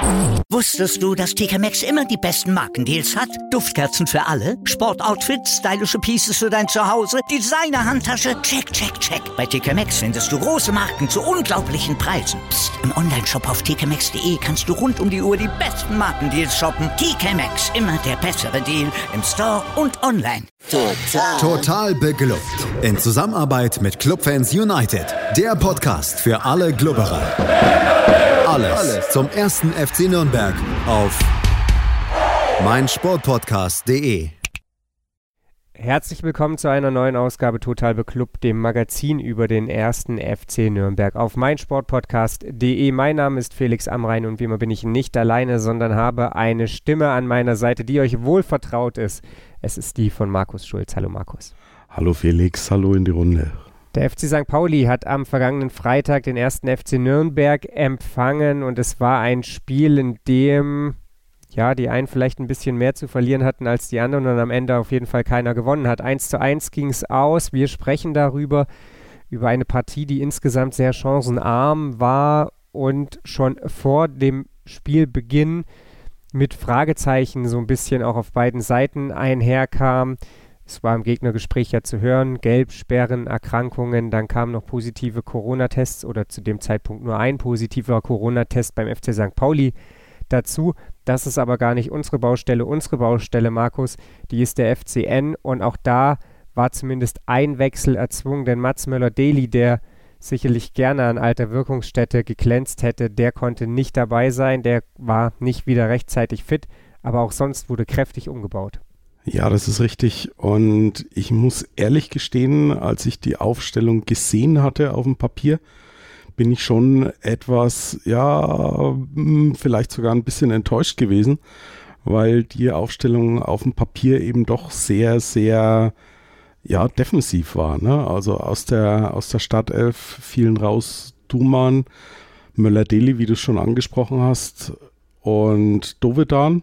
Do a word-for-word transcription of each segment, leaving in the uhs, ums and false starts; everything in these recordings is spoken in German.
Wusstest du, dass T K Maxx immer die besten Markendeals hat? Duftkerzen für alle, Sportoutfits, stylische Pieces für dein Zuhause, Designer-Handtasche, check, check, check. Bei T K Maxx findest du große Marken zu unglaublichen Preisen. Psst. Im Onlineshop auf t k maxx punkt d e kannst du rund um die Uhr die besten Markendeals shoppen. T K Maxx, immer der bessere Deal im Store und online. Total. Total beglückt. In Zusammenarbeit mit Clubfans United. Der Podcast für alle Glubberer. Alles, Alles zum ersten F C Nürnberg auf meinsportpodcast punkt de. Herzlich willkommen zu einer neuen Ausgabe Total beklubbt, dem Magazin über den ersten F C Nürnberg auf meinsportpodcast punkt de. Mein Name ist Felix Amrain und wie immer bin ich nicht alleine, sondern habe eine Stimme an meiner Seite, die euch wohl vertraut ist. Es ist die von Markus Schulz. Hallo Markus. Hallo Felix, hallo in die Runde. Der F C Sankt Pauli hat am vergangenen Freitag den ersten F C Nürnberg empfangen und es war ein Spiel, in dem ja, die einen vielleicht ein bisschen mehr zu verlieren hatten als die anderen und am Ende auf jeden Fall keiner gewonnen hat. eins zu eins ging es aus. Wir sprechen darüber, über eine Partie, die insgesamt sehr chancenarm war und schon vor dem Spielbeginn mit Fragezeichen so ein bisschen auch auf beiden Seiten einherkam. Es war im Gegnergespräch ja zu hören, Gelbsperren, Erkrankungen, dann kamen noch positive Corona-Tests oder zu dem Zeitpunkt nur ein positiver Corona-Test beim F C Sankt Pauli dazu. Das ist aber gar nicht unsere Baustelle. Unsere Baustelle, Markus, die ist der F C N und auch da war zumindest ein Wechsel erzwungen, denn Mats Möller-Deli, der sicherlich gerne an alter Wirkungsstätte geglänzt hätte, der konnte nicht dabei sein, der war nicht wieder rechtzeitig fit, aber auch sonst wurde kräftig umgebaut. Ja, das ist richtig und ich muss ehrlich gestehen, als ich die Aufstellung gesehen hatte auf dem Papier, bin ich schon etwas, ja, vielleicht sogar ein bisschen enttäuscht gewesen, weil die Aufstellung auf dem Papier eben doch sehr, sehr, ja, defensiv war, ne? Also aus der, aus der Startelf fielen raus Thumann, Möller-Deli, wie du schon angesprochen hast, und Dovedan.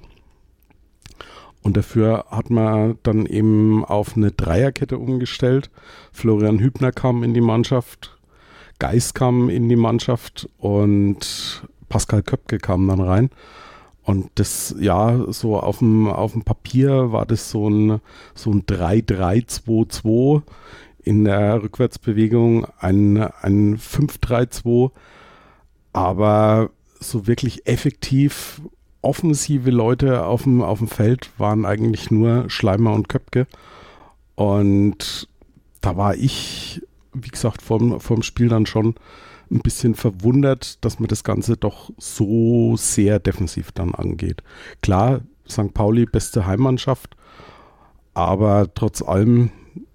Und dafür hat man dann eben auf eine Dreierkette umgestellt. Florian Hübner kam in die Mannschaft, Geis kam in die Mannschaft und Pascal Köpke kam dann rein. Und das, ja, so auf dem, auf dem Papier war das so ein, so ein drei drei zwei zwei, in der Rückwärtsbewegung ein, ein fünf drei zwei. Aber so wirklich effektiv offensive Leute auf dem, auf dem Feld waren eigentlich nur Schleimer und Köpke. Und da war ich, wie gesagt, vorm, vorm Spiel dann schon ein bisschen verwundert, dass man das Ganze doch so sehr defensiv dann angeht. Klar, Sankt Pauli, beste Heimmannschaft, aber trotz allem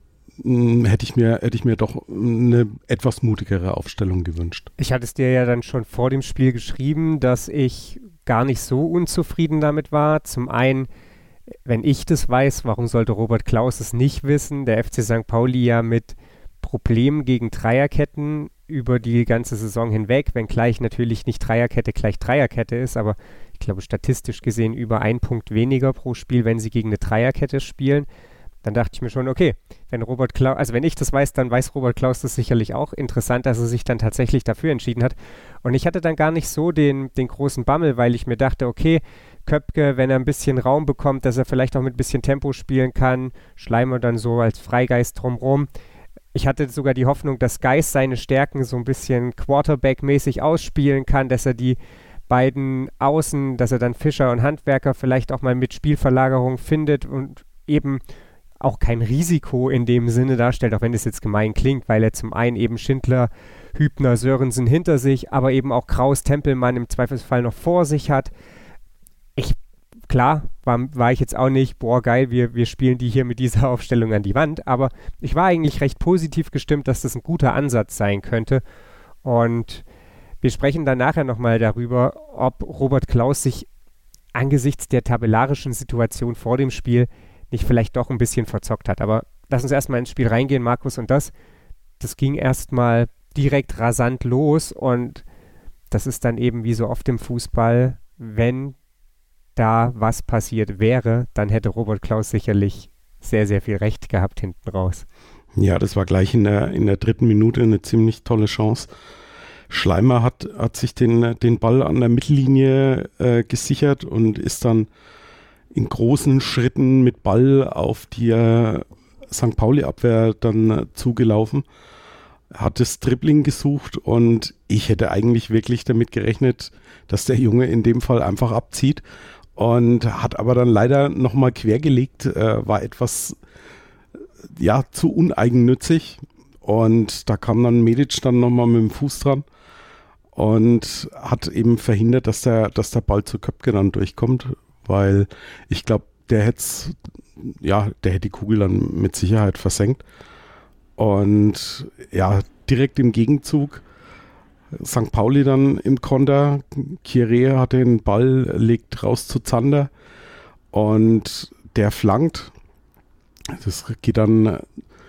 mh, hätte ich mir, hätte ich mir doch eine etwas mutigere Aufstellung gewünscht. Ich hatte es dir ja dann schon vor dem Spiel geschrieben, dass ich gar nicht so unzufrieden damit war. Zum einen, wenn ich das weiß, warum sollte Robert Klaus es nicht wissen? Der F C Sankt Pauli ja mit Problemen gegen Dreierketten über die ganze Saison hinweg, wenngleich natürlich nicht Dreierkette gleich Dreierkette ist, aber ich glaube statistisch gesehen über ein Punkt weniger pro Spiel, wenn sie gegen eine Dreierkette spielen. Dann dachte ich mir schon, okay, wenn Robert Klaus, also wenn ich das weiß, dann weiß Robert Klaus das sicherlich auch. Interessant, dass er sich dann tatsächlich dafür entschieden hat. Und ich hatte dann gar nicht so den, den großen Bammel, weil ich mir dachte, okay, Köpke, wenn er ein bisschen Raum bekommt, dass er vielleicht auch mit ein bisschen Tempo spielen kann, Schleimer dann so als Freigeist drumrum. Ich hatte sogar die Hoffnung, dass Geis seine Stärken so ein bisschen Quarterback-mäßig ausspielen kann, dass er die beiden Außen, dass er dann Fischer und Handwerker vielleicht auch mal mit Spielverlagerung findet und eben auch kein Risiko in dem Sinne darstellt, auch wenn das jetzt gemein klingt, weil er zum einen eben Schindler, Hübner, Sörensen hinter sich, aber eben auch Kraus, Tempelmann im Zweifelsfall noch vor sich hat. Ich, klar, war, war ich jetzt auch nicht, boah geil, wir, wir spielen die hier mit dieser Aufstellung an die Wand, aber ich war eigentlich recht positiv gestimmt, dass das ein guter Ansatz sein könnte und wir sprechen dann nachher nochmal darüber, ob Robert Klaus sich angesichts der tabellarischen Situation vor dem Spiel nicht vielleicht doch ein bisschen verzockt hat. Aber lass uns erstmal ins Spiel reingehen, Markus. Und das, das ging erstmal direkt rasant los. Und das ist dann eben wie so oft im Fußball, wenn da was passiert wäre, dann hätte Robert Klaus sicherlich sehr, sehr viel Recht gehabt hinten raus. Ja, das war gleich in der, in der dritten Minute eine ziemlich tolle Chance Schleimer hat, hat sich den, den Ball an der Mittellinie äh, gesichert und ist dann in großen Schritten mit Ball auf die äh, Sankt Pauli-Abwehr dann äh, zugelaufen. Hat das Dribbling gesucht und ich hätte eigentlich wirklich damit gerechnet, dass der Junge in dem Fall einfach abzieht und hat aber dann leider nochmal quergelegt, äh, war etwas ja zu uneigennützig und da kam dann Medic dann nochmal mit dem Fuß dran und hat eben verhindert, dass der, dass der Ball zu Köpke dann durchkommt, weil ich glaube, der hätte ja, der hätte die Kugel dann mit Sicherheit versenkt. Und ja, direkt im Gegenzug Sankt Pauli dann im Konter. Kieré hat den Ball, legt raus zu Zander und der flankt. Das geht dann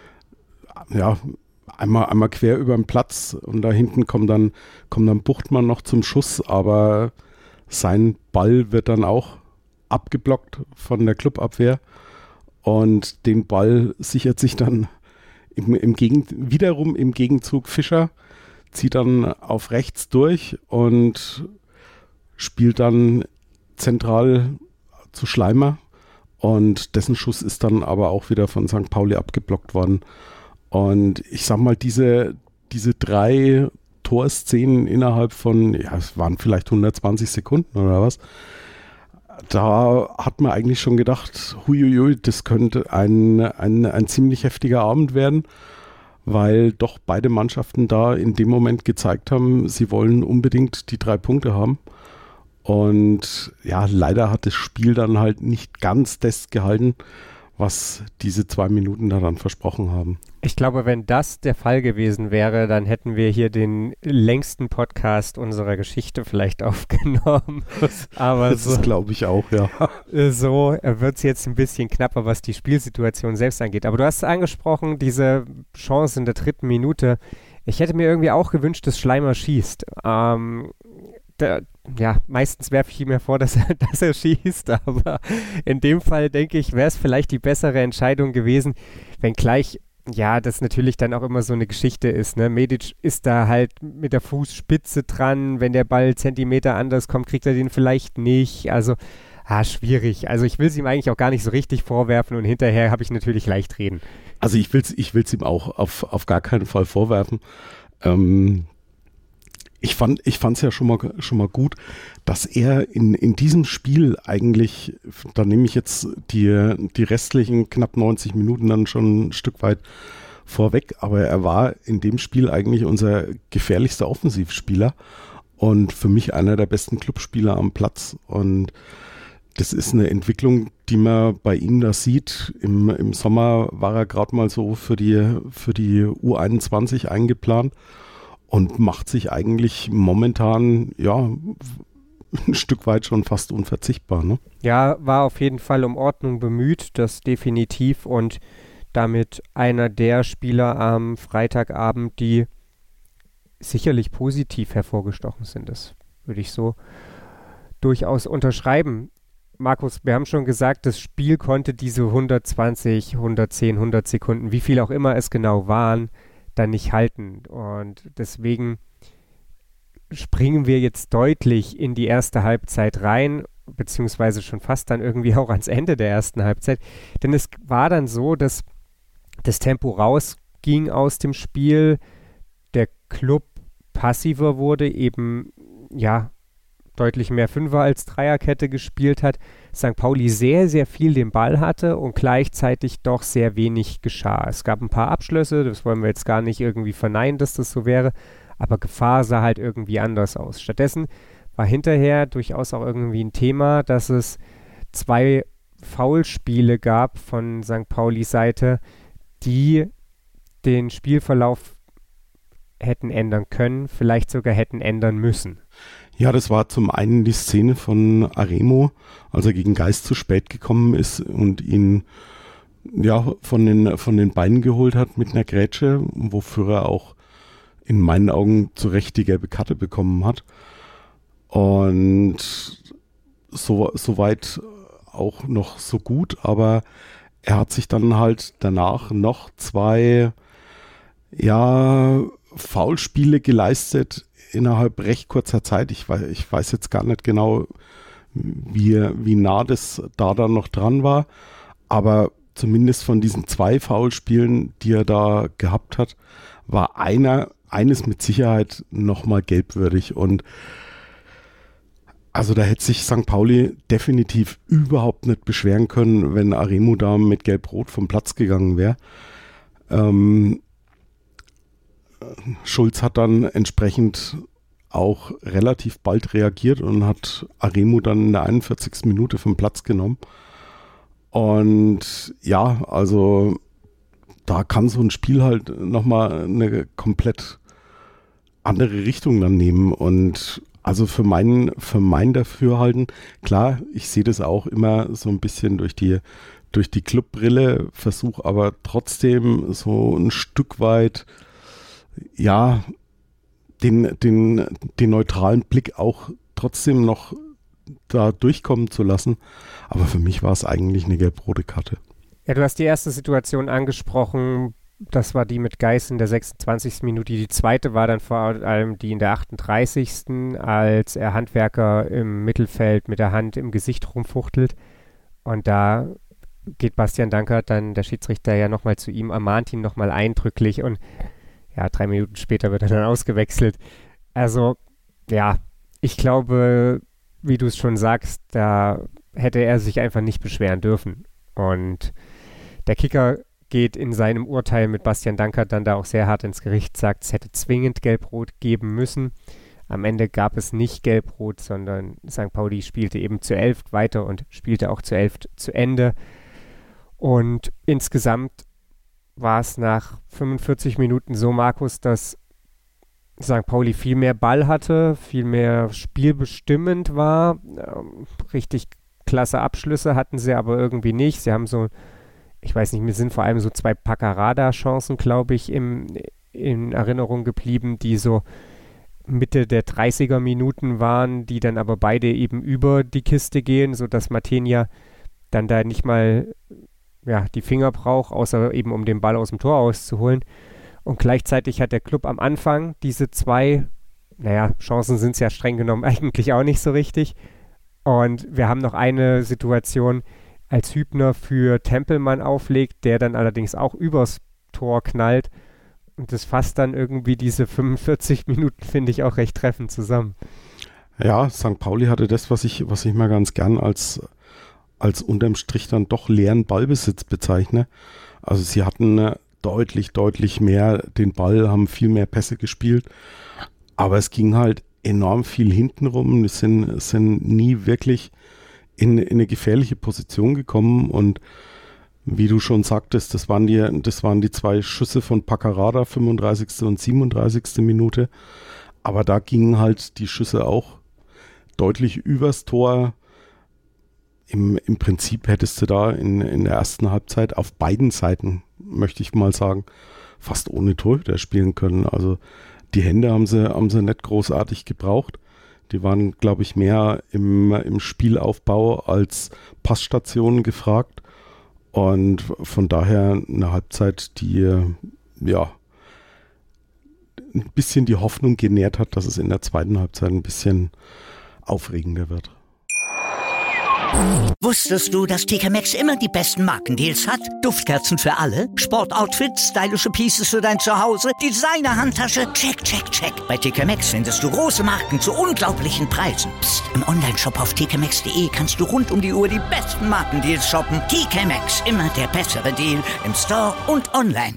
ja einmal, einmal quer über den Platz und da hinten kommt dann, kommt dann Buchtmann noch zum Schuss, aber sein Ball wird dann auch abgeblockt von der Clubabwehr und den Ball sichert sich dann Im, im Gegen, wiederum im Gegenzug Fischer, zieht dann auf rechts durch und spielt dann zentral zu Schleimer und dessen Schuss ist dann aber auch wieder von Sankt Pauli abgeblockt worden. Und ich sag mal, diese, diese drei Torszenen innerhalb von, ja, es waren vielleicht hundertzwanzig Sekunden oder was, da hat man eigentlich schon gedacht, huiuiui, das könnte ein, ein, ein ziemlich heftiger Abend werden, weil doch beide Mannschaften da in dem Moment gezeigt haben, sie wollen unbedingt die drei Punkte haben. Und ja, leider hat das Spiel dann halt nicht ganz das gehalten, was diese zwei Minuten da dann versprochen haben. Ich glaube, wenn das der Fall gewesen wäre, dann hätten wir hier den längsten Podcast unserer Geschichte vielleicht aufgenommen. Aber das so, ist, glaube ich, auch, ja. So wird es jetzt ein bisschen knapper, was die Spielsituation selbst angeht. Aber du hast angesprochen, diese Chance in der dritten Minute. Ich hätte mir irgendwie auch gewünscht, dass Schleimer schießt. Ähm, der, ja, meistens werfe ich ihm ja vor, dass er, dass er schießt, aber in dem Fall, denke ich, wäre es vielleicht die bessere Entscheidung gewesen, wenngleich, ja, das natürlich dann auch immer so eine Geschichte ist, ne? Medic ist da halt mit der Fußspitze dran, wenn der Ball Zentimeter anders kommt, kriegt er den vielleicht nicht, also, ah, schwierig, also ich will es ihm eigentlich auch gar nicht so richtig vorwerfen und hinterher habe ich natürlich leicht reden. Also ich will es ich will's ihm auch auf, auf gar keinen Fall vorwerfen, ähm, Ich fand ich fand es ja schon mal schon mal gut, dass er in, in diesem Spiel eigentlich, da nehme ich jetzt die, die restlichen knapp neunzig Minuten dann schon ein Stück weit vorweg, aber er war in dem Spiel eigentlich unser gefährlichster Offensivspieler und für mich einer der besten Clubspieler am Platz. Und das ist eine Entwicklung, die man bei ihm da sieht. Im, im Sommer war er gerade mal so für die, für die U einundzwanzig eingeplant. Und macht sich eigentlich momentan, ja, ein Stück weit schon fast unverzichtbar, ne? Ja, war auf jeden Fall um Ordnung bemüht, das definitiv. Und damit einer der Spieler am Freitagabend, die sicherlich positiv hervorgestochen sind. Das würde ich so durchaus unterschreiben. Markus, wir haben schon gesagt, das Spiel konnte diese hundertzwanzig, hundertzehn, hundert Sekunden, wie viel auch immer es genau waren, dann nicht halten. Und deswegen springen wir jetzt deutlich in die erste Halbzeit rein, beziehungsweise schon fast dann irgendwie auch ans Ende der ersten Halbzeit. Denn es war dann so, dass das Tempo rausging aus dem Spiel, der Club passiver wurde, eben ja deutlich mehr Fünfer als Dreierkette gespielt hat, Sankt Pauli sehr, sehr viel den Ball hatte und gleichzeitig doch sehr wenig geschah. Es gab ein paar Abschlüsse, das wollen wir jetzt gar nicht irgendwie verneinen, dass das so wäre, aber Gefahr sah halt irgendwie anders aus. Stattdessen war hinterher durchaus auch irgendwie ein Thema, dass es zwei Foulspiele gab von Sankt Paulis Seite, die den Spielverlauf hätten ändern können, vielleicht sogar hätten ändern müssen. Ja, das war zum einen die Szene von Aremo, als er gegen Geist zu spät gekommen ist und ihn ja von den, von den Beinen geholt hat mit einer Grätsche, wofür er auch in meinen Augen zu Recht die gelbe Karte bekommen hat. Und so, soweit auch noch so gut, aber er hat sich dann halt danach noch zwei ja Foulspiele geleistet innerhalb recht kurzer Zeit. Ich weiß, ich weiß jetzt gar nicht genau, wie, wie nah das da dann noch dran war, aber zumindest von diesen zwei Foulspielen, die er da gehabt hat, war einer, eines mit Sicherheit nochmal gelbwürdig. Und also da hätte sich Sankt Pauli definitiv überhaupt nicht beschweren können, wenn Aremu da mit Gelb-Rot vom Platz gegangen wäre. Ähm, Schulz hat dann entsprechend auch relativ bald reagiert und hat Aremu dann in der einundvierzigsten Minute vom Platz genommen. Und ja, also da kann so ein Spiel halt nochmal eine komplett andere Richtung dann nehmen. Und also für mein, für mein Dafürhalten, klar, ich sehe das auch immer so ein bisschen durch die, durch die Clubbrille, versuche aber trotzdem so ein Stück weit, ja, den, den, den neutralen Blick auch trotzdem noch da durchkommen zu lassen. Aber für mich war es eigentlich eine gelb-rote Karte. Ja, du hast die erste Situation angesprochen, das war die mit Geis in der sechsundzwanzigsten Minute. Die zweite war dann vor allem die in der achtunddreißigsten als er Handwerker im Mittelfeld mit der Hand im Gesicht rumfuchtelt. Und da geht Bastian Dankert, dann der Schiedsrichter ja nochmal zu ihm, ermahnt ihn nochmal eindrücklich und ja, drei Minuten später wird er dann ausgewechselt. Also, ja, ich glaube, wie du es schon sagst, da hätte er sich einfach nicht beschweren dürfen. Und der Kicker geht in seinem Urteil mit Bastian Dankert dann da auch sehr hart ins Gericht, sagt, es hätte zwingend Gelb-Rot geben müssen. Am Ende gab es nicht Gelb-Rot, sondern Sankt Pauli spielte eben zu elf weiter und spielte auch zu elf zu Ende. Und insgesamt war es nach fünfundvierzig Minuten so, Markus, dass Sankt Pauli viel mehr Ball hatte, viel mehr spielbestimmend war. Ähm, richtig klasse Abschlüsse hatten sie aber irgendwie nicht. Sie haben so, ich weiß nicht, mir sind vor allem so zwei Paccarada-Chancen, glaube ich, im, in Erinnerung geblieben, die so Mitte der dreißiger Minuten waren, die dann aber beide eben über die Kiste gehen, sodass Matenia dann da nicht mal ja, die Finger braucht, außer eben um den Ball aus dem Tor auszuholen. Und gleichzeitig hat der Club am Anfang diese zwei, naja, Chancen sind es ja streng genommen eigentlich auch nicht so richtig. Und wir haben noch eine Situation, als Hübner für Tempelmann auflegt, der dann allerdings auch übers Tor knallt. Und das fasst dann irgendwie diese fünfundvierzig Minuten, finde ich, auch recht treffend zusammen. Ja, Sankt Pauli hatte das, was ich, was ich mal ganz gern als als unterm Strich dann doch leeren Ballbesitz bezeichne. Also sie hatten deutlich, deutlich mehr den Ball, haben viel mehr Pässe gespielt, aber es ging halt enorm viel hintenrum, es sind, sind nie wirklich in, in eine gefährliche Position gekommen und wie du schon sagtest, das waren die, das waren die zwei Schüsse von Paccarada, fünfunddreißigste und siebenunddreißigste Minute, aber da gingen halt die Schüsse auch deutlich übers Tor. Im, Im Prinzip hättest du da in, in der ersten Halbzeit auf beiden Seiten, möchte ich mal sagen, fast ohne Torhüter spielen können. Also die Hände haben sie, haben sie nicht großartig gebraucht. Die waren, glaube ich, mehr im, im Spielaufbau als Passstationen gefragt. Und von daher eine Halbzeit, die ja ein bisschen die Hoffnung genährt hat, dass es in der zweiten Halbzeit ein bisschen aufregender wird. Wusstest du, dass T K Maxx immer die besten Markendeals hat? Duftkerzen für alle, Sportoutfits, stylische Pieces für dein Zuhause, Designer-Handtasche, check, check, check. Bei T K Maxx findest du große Marken zu unglaublichen Preisen. Psst. Im Onlineshop auf t k maxx punkt d e kannst du rund um die Uhr die besten Markendeals shoppen. T K Maxx, immer der bessere Deal im Store und online.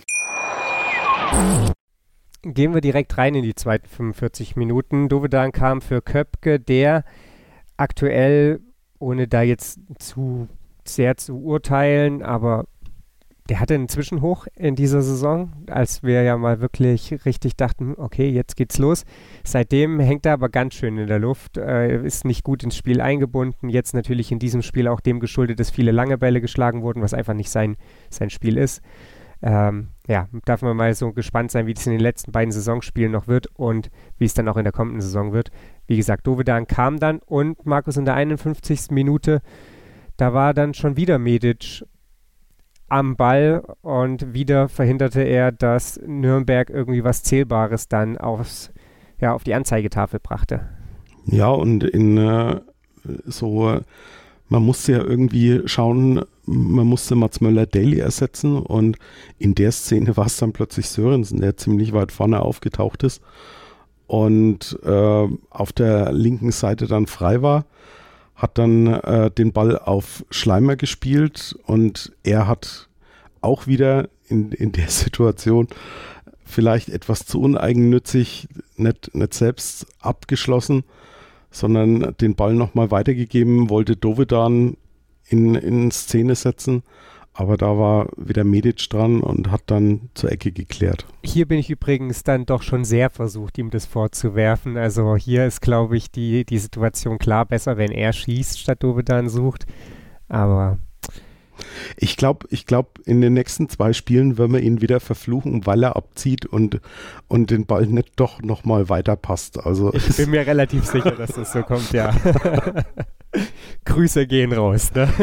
Gehen wir direkt rein in die zweiten fünfundvierzig Minuten. Dovedan kam für Köpke, der aktuell, ohne da jetzt zu sehr zu urteilen, aber der hatte einen Zwischenhoch in dieser Saison, als wir ja mal wirklich richtig dachten, okay, jetzt geht's los. Seitdem hängt er aber ganz schön in der Luft, äh, ist nicht gut ins Spiel eingebunden, jetzt natürlich in diesem Spiel auch dem geschuldet, dass viele lange Bälle geschlagen wurden, was einfach nicht sein, sein Spiel ist. Ähm, ja, darf man mal so gespannt sein, wie das in den letzten beiden Saisonspielen noch wird und wie es dann auch in der kommenden Saison wird. Wie gesagt, Dovedan kam dann und Markus in der einundfünfzigsten Minute, da war dann schon wieder Medic am Ball und wieder verhinderte er, dass Nürnberg irgendwie was Zählbares dann aufs, ja, auf die Anzeigetafel brachte. Ja, und in äh, so, man musste ja irgendwie schauen, man musste Mats Möller-Daly ersetzen und in der Szene war es dann plötzlich Sörensen, der ziemlich weit vorne aufgetaucht ist und äh, auf der linken Seite dann frei war, hat dann äh, den Ball auf Schleimer gespielt und er hat auch wieder in, in der Situation vielleicht etwas zu uneigennützig, nicht, nicht selbst abgeschlossen, sondern den Ball nochmal weitergegeben, wollte Dovedan in, in Szene setzen, aber da war wieder Medic dran und hat dann zur Ecke geklärt. Hier bin ich übrigens dann doch schon sehr versucht, ihm das vorzuwerfen. Also hier ist, glaube ich, die, die Situation klar besser, wenn er schießt, statt Dovedan sucht. Aber ich glaube, ich glaub, in den nächsten zwei Spielen werden wir ihn wieder verfluchen, weil er abzieht und, und den Ball nicht doch nochmal weiterpasst. Also ich bin mir relativ sicher, dass das so kommt, ja. Grüße gehen raus, ne?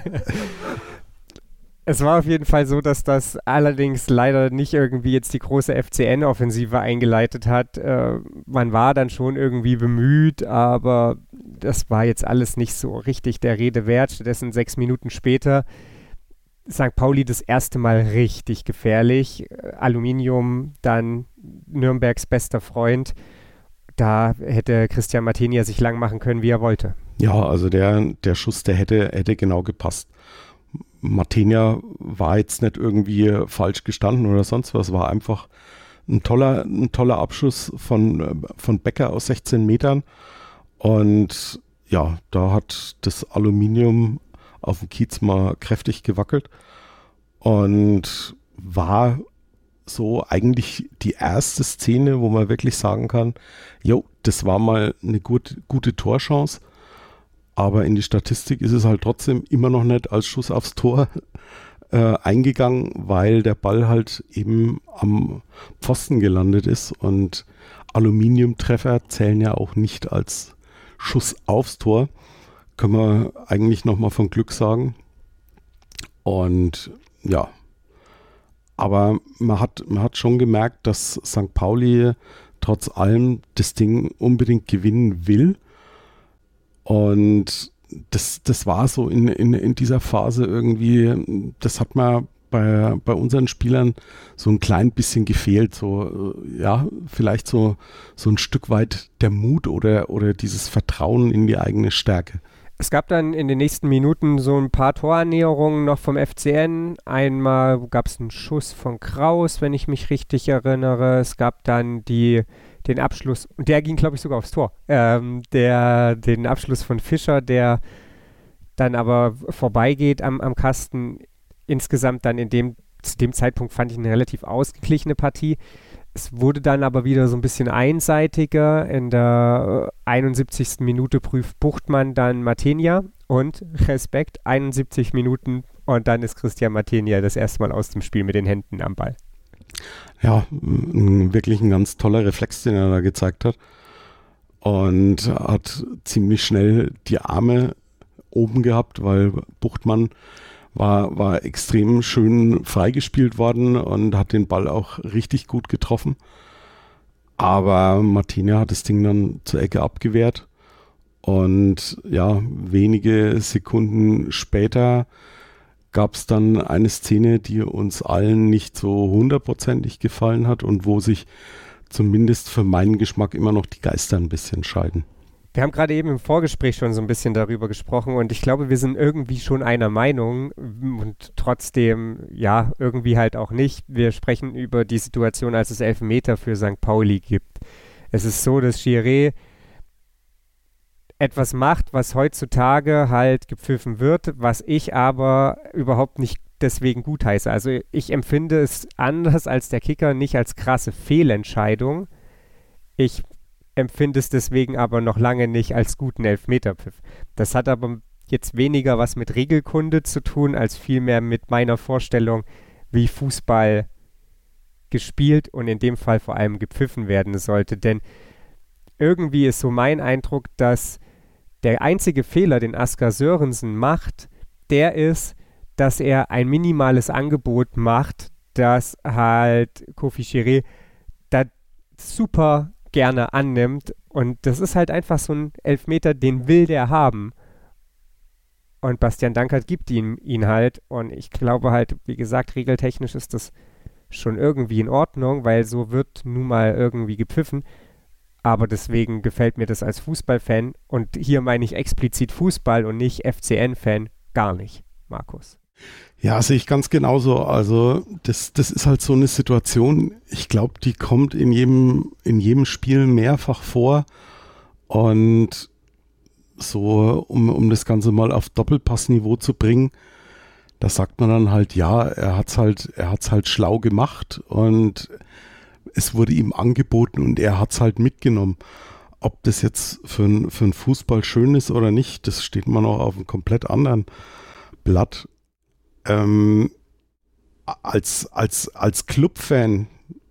Es war auf jeden Fall so, dass das allerdings leider nicht irgendwie jetzt die große F C N-Offensive eingeleitet hat. Äh, man war dann schon irgendwie bemüht, aber das war jetzt alles nicht so richtig der Rede wert. Stattdessen sechs Minuten später Sankt Pauli das erste Mal richtig gefährlich. Aluminium, dann Nürnbergs bester Freund. Da hätte Christian Martinia sich lang machen können, wie er wollte. Ja, also der, der Schuss, der hätte, hätte genau gepasst. Martinia war jetzt nicht irgendwie falsch gestanden oder sonst was, war einfach ein toller, ein toller Abschuss von, von Becker aus sechzehn Metern und ja, da hat das Aluminium auf dem Kiez mal kräftig gewackelt und war so eigentlich die erste Szene, wo man wirklich sagen kann, jo, das war mal eine gut, gute Torchance. Aber in die Statistik ist es halt trotzdem immer noch nicht als Schuss aufs Tor äh, eingegangen, weil der Ball halt eben am Pfosten gelandet ist und Aluminiumtreffer zählen ja auch nicht als Schuss aufs Tor. Können wir eigentlich nochmal von Glück sagen. Und ja, aber man hat, man hat schon gemerkt, dass Sankt Pauli trotz allem das Ding unbedingt gewinnen will. Und das, das war so in, in, in dieser Phase irgendwie, das hat mir bei, bei unseren Spielern so ein klein bisschen gefehlt. So, ja, vielleicht so, so ein Stück weit der Mut oder, oder dieses Vertrauen in die eigene Stärke. Es gab dann in den nächsten Minuten so ein paar Torannäherungen noch vom F C N. Einmal gab es einen Schuss von Kraus, wenn ich mich richtig erinnere. Es gab dann die den Abschluss, und der ging, glaube ich, sogar aufs Tor, ähm, der, den Abschluss von Fischer, der dann aber vorbeigeht am, am Kasten. Insgesamt dann in dem, zu dem Zeitpunkt fand ich eine relativ ausgeglichene Partie. Es wurde dann aber wieder so ein bisschen einseitiger. In der einundsiebzigsten Minute prüft Buchtmann dann Martinia und Respekt, einundsiebzig Minuten und dann ist Christian Martinia das erste Mal aus dem Spiel mit den Händen am Ball. Ja, ein, wirklich ein ganz toller Reflex, den er da gezeigt hat. Und hat ziemlich schnell die Arme oben gehabt, weil Buchtmann war, war extrem schön freigespielt worden und hat den Ball auch richtig gut getroffen. Aber Martinia hat das Ding dann zur Ecke abgewehrt. Und ja, wenige Sekunden später gab es dann eine Szene, die uns allen nicht so hundertprozentig gefallen hat und wo sich zumindest für meinen Geschmack immer noch die Geister ein bisschen scheiden. Wir haben gerade eben im Vorgespräch schon so ein bisschen darüber gesprochen und ich glaube, wir sind irgendwie schon einer Meinung und trotzdem, ja, irgendwie halt auch nicht. Wir sprechen über die Situation, als es Elfmeter für Sankt Pauli gibt. Es ist so, dass Chiré etwas macht, was heutzutage halt gepfiffen wird, was ich aber überhaupt nicht deswegen gutheiße. Also ich empfinde es anders als der Kicker, nicht als krasse Fehlentscheidung. Ich empfinde es deswegen aber noch lange nicht als guten Elfmeterpfiff. Das hat aber jetzt weniger was mit Regelkunde zu tun, als vielmehr mit meiner Vorstellung, wie Fußball gespielt und in dem Fall vor allem gepfiffen werden sollte. Denn irgendwie ist so mein Eindruck, dass der einzige Fehler, den Asker Sörensen macht, der ist, dass er ein minimales Angebot macht, das halt Kofi Chiré da super gerne annimmt. Und das ist halt einfach so ein Elfmeter, den will der haben. Und Bastian Dankert gibt ihn, ihn halt. Und ich glaube halt, wie gesagt, regeltechnisch ist das schon irgendwie in Ordnung, weil so wird nun mal irgendwie gepfiffen. Aber deswegen gefällt mir das als Fußballfan, und hier meine ich explizit Fußball und nicht F C N-Fan, gar nicht, Markus. Ja, sehe ich ganz genauso. Also das, das ist halt so eine Situation, ich glaube, die kommt in jedem, in jedem Spiel mehrfach vor. Und so, um, um das Ganze mal auf Doppelpassniveau zu bringen, da sagt man dann halt, ja, er hat's halt, er hat's halt schlau gemacht und es wurde ihm angeboten und er hat's halt mitgenommen. Ob das jetzt für, ein, für einen Fußball schön ist oder nicht, das steht man auch auf einem komplett anderen Blatt. Ähm, als, als, als Clubfan,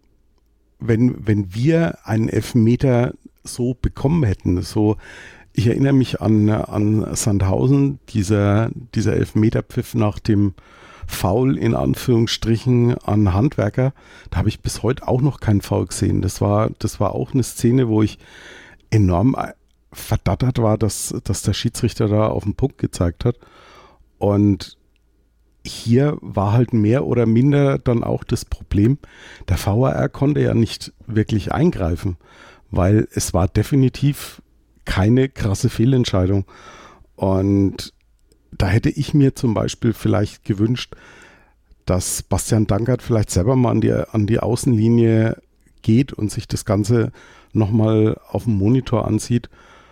wenn, wenn wir einen Elfmeter so bekommen hätten, so, ich erinnere mich an, an Sandhausen, dieser, dieser Elfmeterpfiff nach dem Foul in Anführungsstrichen an Handwerker, da habe ich bis heute auch noch keinen Foul gesehen. Das war, das war auch eine Szene, wo ich enorm verdattert war, dass, dass der Schiedsrichter da auf den Punkt gezeigt hat. Und hier war halt mehr oder minder dann auch das Problem, der V A R konnte ja nicht wirklich eingreifen, weil es war definitiv keine krasse Fehlentscheidung. Und da hätte ich mir zum Beispiel vielleicht gewünscht, dass Bastian Dankert vielleicht selber mal an die, an die Außenlinie geht und sich das Ganze nochmal auf dem Monitor ansieht.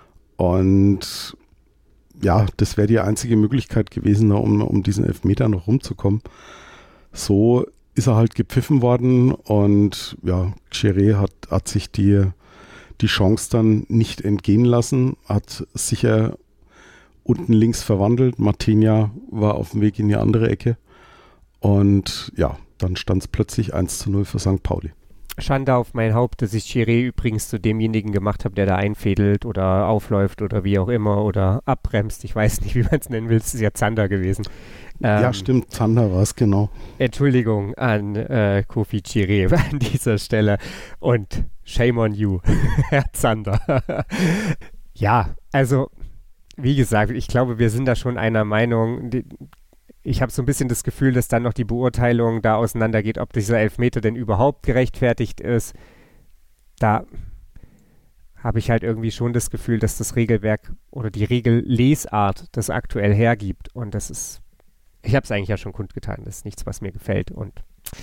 Und ja, das wäre die einzige Möglichkeit gewesen, um, um diesen Elfmeter noch rumzukommen. So ist er halt gepfiffen worden und ja, Chiré hat, hat sich die, die Chance dann nicht entgehen lassen, hat sicher unten links verwandelt. Martinia war auf dem Weg in die andere Ecke. Und ja, dann stand es plötzlich eins zu null für Sankt Pauli. Schande auf mein Haupt, dass ich Chiré übrigens zu demjenigen gemacht habe, der da einfädelt oder aufläuft oder wie auch immer oder abbremst. Ich weiß nicht, wie man es nennen will. Es ist ja Zander gewesen. Ähm, ja, stimmt. Zander war es, genau. Entschuldigung an äh, Kofi Chiré an dieser Stelle. Und shame on you, Herr Zander. Ja, also wie gesagt, ich glaube, wir sind da schon einer Meinung. Die, ich habe so ein bisschen das Gefühl, dass dann noch die Beurteilung da auseinandergeht, ob dieser Elfmeter denn überhaupt gerechtfertigt ist. Da habe ich halt irgendwie schon das Gefühl, dass das Regelwerk oder die Regellesart das aktuell hergibt. Und das ist, ich habe es eigentlich ja schon kundgetan, das ist nichts, was mir gefällt. Und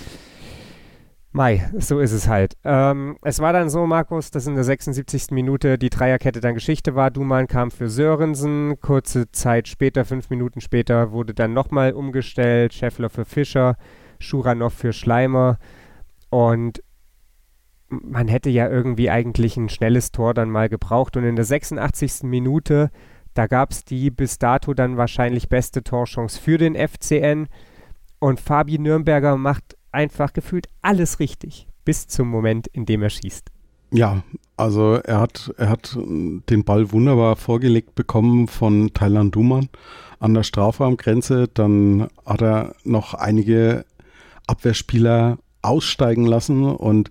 Mei, so ist es halt. Ähm, es war dann so, Markus, dass in der sechsundsiebzigsten Minute die Dreierkette dann Geschichte war. Duman kam für Sörensen. Kurze Zeit später, fünf Minuten später, wurde dann nochmal umgestellt. Scheffler für Fischer, Schuranov für Schleimer. Und man hätte ja irgendwie eigentlich ein schnelles Tor dann mal gebraucht. Und in der sechsundachtzigsten Minute, da gab es die bis dato dann wahrscheinlich beste Torchance für den F C N. Und Fabi Nürnberger macht einfach gefühlt alles richtig, bis zum Moment, in dem er schießt. Ja, also er hat, er hat den Ball wunderbar vorgelegt bekommen von Taylan Duman an der Strafraumgrenze. Dann hat er noch einige Abwehrspieler aussteigen lassen und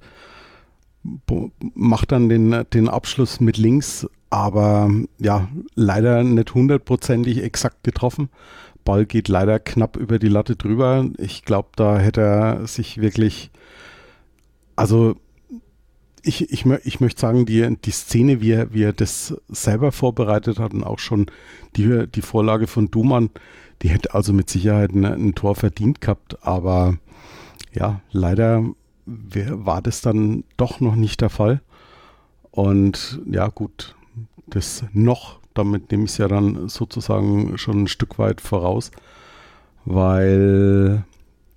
macht dann den, den Abschluss mit links, aber ja, leider nicht hundertprozentig exakt getroffen. Ball geht leider knapp über die Latte drüber. Ich glaube, da hätte er sich wirklich, also ich, ich, ich möchte sagen, die, die Szene, wie er, wie er das selber vorbereitet hat und auch schon die, die Vorlage von Duman, die hätte also mit Sicherheit ein, ein Tor verdient gehabt, aber ja, leider war das dann doch noch nicht der Fall. Und ja gut, das noch, damit nehme ich es ja dann sozusagen schon ein Stück weit voraus, weil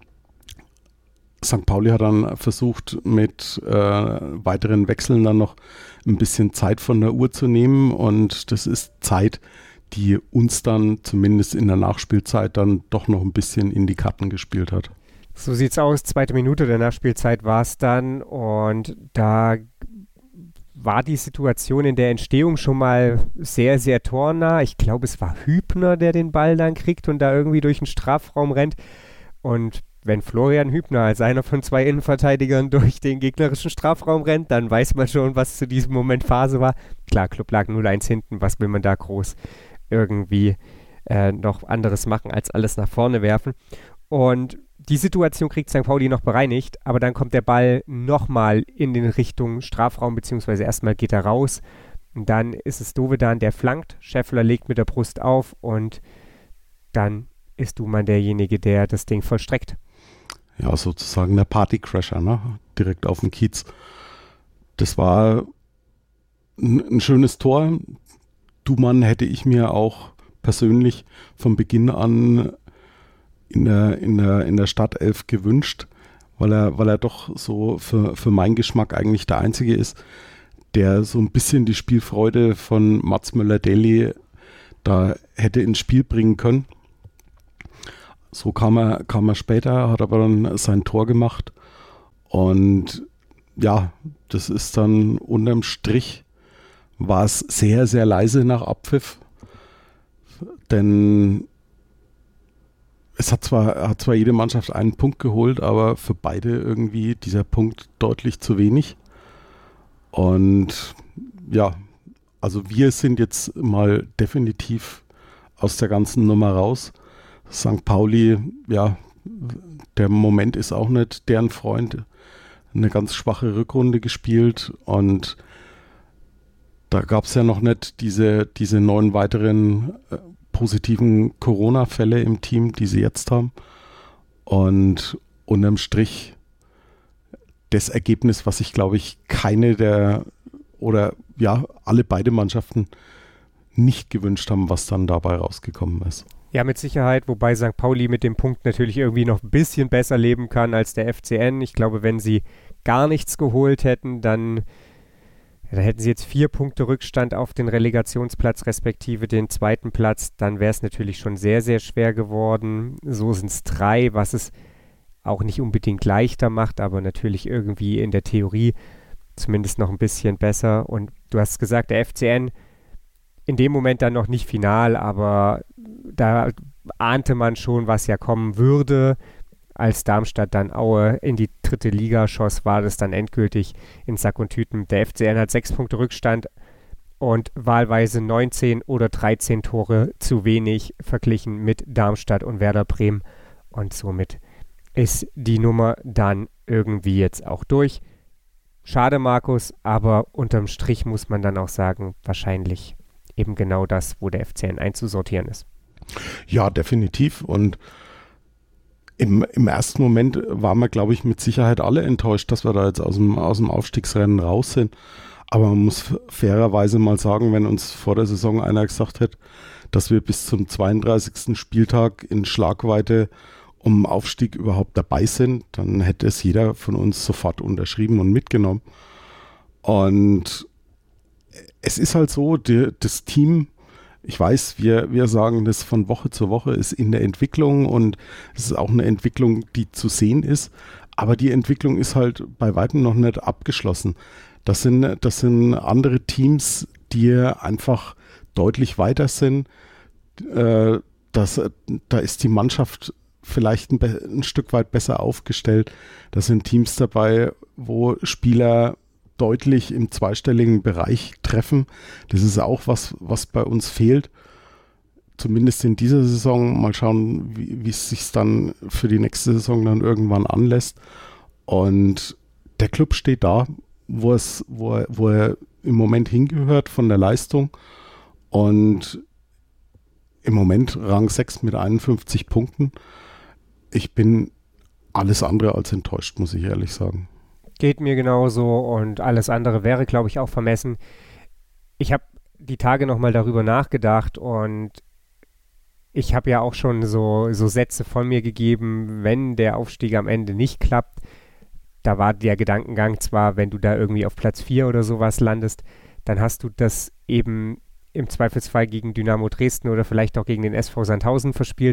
Sankt Pauli hat dann versucht, mit äh, weiteren Wechseln dann noch ein bisschen Zeit von der Uhr zu nehmen, und das ist Zeit, die uns dann zumindest in der Nachspielzeit dann doch noch ein bisschen in die Karten gespielt hat. So sieht's aus. Zweite Minute der Nachspielzeit war es dann, und da war die Situation in der Entstehung schon mal sehr, sehr tornah. Ich glaube, es war Hübner, der den Ball dann kriegt und da irgendwie durch den Strafraum rennt. Und wenn Florian Hübner als einer von zwei Innenverteidigern durch den gegnerischen Strafraum rennt, dann weiß man schon, was zu diesem Moment Phase war. Klar, Club lag null eins hinten. Was will man da groß irgendwie äh, noch anderes machen, als alles nach vorne werfen? Und die Situation kriegt Sankt Pauli noch bereinigt, aber dann kommt der Ball nochmal in den Richtung Strafraum, beziehungsweise erstmal geht er raus. Und dann ist es Dovedan, der flankt. Scheffler legt mit der Brust auf und dann ist Duman derjenige, der das Ding vollstreckt. Ja, sozusagen der Partycrasher, ne? Direkt auf dem Kiez. Das war ein, ein schönes Tor. Duman hätte ich mir auch persönlich von Beginn an in der, in der, in der Startelf gewünscht, weil er, weil er doch so für, für meinen Geschmack eigentlich der Einzige ist, der so ein bisschen die Spielfreude von Mats Möller-Deli da hätte ins Spiel bringen können. So kam er, kam er später, hat aber dann sein Tor gemacht und ja, das ist dann unterm Strich, war es sehr, sehr leise nach Abpfiff, denn es hat zwar, hat zwar jede Mannschaft einen Punkt geholt, aber für beide irgendwie dieser Punkt deutlich zu wenig. Und ja, also wir sind jetzt mal definitiv aus der ganzen Nummer raus. Sankt Pauli, ja, der Moment ist auch nicht deren Freund. Eine ganz schwache Rückrunde gespielt und da gab es ja noch nicht diese, diese neun weiteren äh, positiven Corona-Fälle im Team, die sie jetzt haben. Und unterm Strich das Ergebnis, was sich, glaube ich, keine der oder ja, alle beide Mannschaften nicht gewünscht haben, was dann dabei rausgekommen ist. Ja, mit Sicherheit, wobei Sankt Pauli mit dem Punkt natürlich irgendwie noch ein bisschen besser leben kann als der F C N. Ich glaube, wenn sie gar nichts geholt hätten, dann, dann hätten sie jetzt vier Punkte Rückstand auf den Relegationsplatz respektive den zweiten Platz. Dann wäre es natürlich schon sehr, sehr schwer geworden. So sind es drei, was es auch nicht unbedingt leichter macht, aber natürlich irgendwie in der Theorie zumindest noch ein bisschen besser. Und du hast gesagt, der F C N in dem Moment dann noch nicht final, aber da ahnte man schon, was ja kommen würde. Als Darmstadt dann Aue in die dritte Liga schoss, war das dann endgültig in Sack und Tüten. Der F C N hat sechs Punkte Rückstand und wahlweise neunzehn oder dreizehn Tore zu wenig verglichen mit Darmstadt und Werder Bremen. Und somit ist die Nummer dann irgendwie jetzt auch durch. Schade, Markus, aber unterm Strich muss man dann auch sagen, wahrscheinlich eben genau das, wo der F C N einzusortieren ist. Ja, definitiv. Und im, im ersten Moment waren wir, glaube ich, mit Sicherheit alle enttäuscht, dass wir da jetzt aus dem, aus dem Aufstiegsrennen raus sind. Aber man muss fairerweise mal sagen, wenn uns vor der Saison einer gesagt hätte, dass wir bis zum zweiunddreißigsten Spieltag in Schlagweite um Aufstieg überhaupt dabei sind, dann hätte es jeder von uns sofort unterschrieben und mitgenommen. Und es ist halt so, die, das Team, ich weiß, wir, wir sagen das von Woche zu Woche, ist in der Entwicklung und es ist auch eine Entwicklung, die zu sehen ist, aber die Entwicklung ist halt bei weitem noch nicht abgeschlossen. Das sind, das sind andere Teams, die einfach deutlich weiter sind. Äh, das, da ist die Mannschaft vielleicht ein, ein Stück weit besser aufgestellt. Da sind Teams dabei, wo Spieler deutlich im zweistelligen Bereich treffen. Das ist auch was, was bei uns fehlt. Zumindest in dieser Saison. Mal schauen, wie, wie es sich dann für die nächste Saison dann irgendwann anlässt. Und der Club steht da, wo, es, wo, er, wo er im Moment hingehört von der Leistung. Und im Moment Rang sechs mit einundfünfzig Punkten. Ich bin alles andere als enttäuscht, muss ich ehrlich sagen. Geht mir genauso und alles andere wäre, glaube ich, auch vermessen. Ich habe die Tage nochmal darüber nachgedacht und ich habe ja auch schon so, so Sätze von mir gegeben, wenn der Aufstieg am Ende nicht klappt. Da war der Gedankengang zwar, wenn du da irgendwie auf Platz vier oder sowas landest, dann hast du das eben im Zweifelsfall gegen Dynamo Dresden oder vielleicht auch gegen den S V Sandhausen verspielt.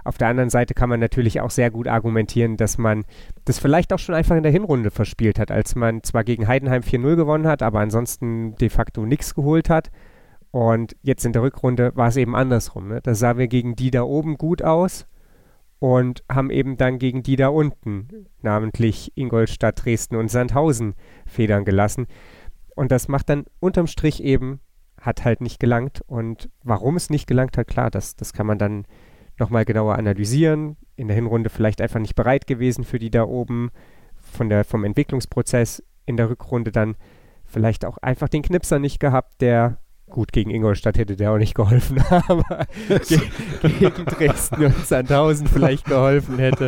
Auf der anderen Seite kann man natürlich auch sehr gut argumentieren, dass man das vielleicht auch schon einfach in der Hinrunde verspielt hat, als man zwar gegen Heidenheim vier null gewonnen hat, aber ansonsten de facto nichts geholt hat. Und jetzt in der Rückrunde war es eben andersrum. Ne? Da sahen wir gegen die da oben gut aus und haben eben dann gegen die da unten, namentlich Ingolstadt, Dresden und Sandhausen, Federn gelassen. Und das macht dann unterm Strich eben, hat halt nicht gelangt. Und warum es nicht gelangt hat, klar, das, das kann man dann nochmal genauer analysieren. In der Hinrunde vielleicht einfach nicht bereit gewesen für die da oben, von der, vom Entwicklungsprozess in der Rückrunde dann vielleicht auch einfach den Knipser nicht gehabt, der gut, gegen Ingolstadt hätte der auch nicht geholfen, aber ge- gegen Dresden und Sandhausen vielleicht geholfen hätte.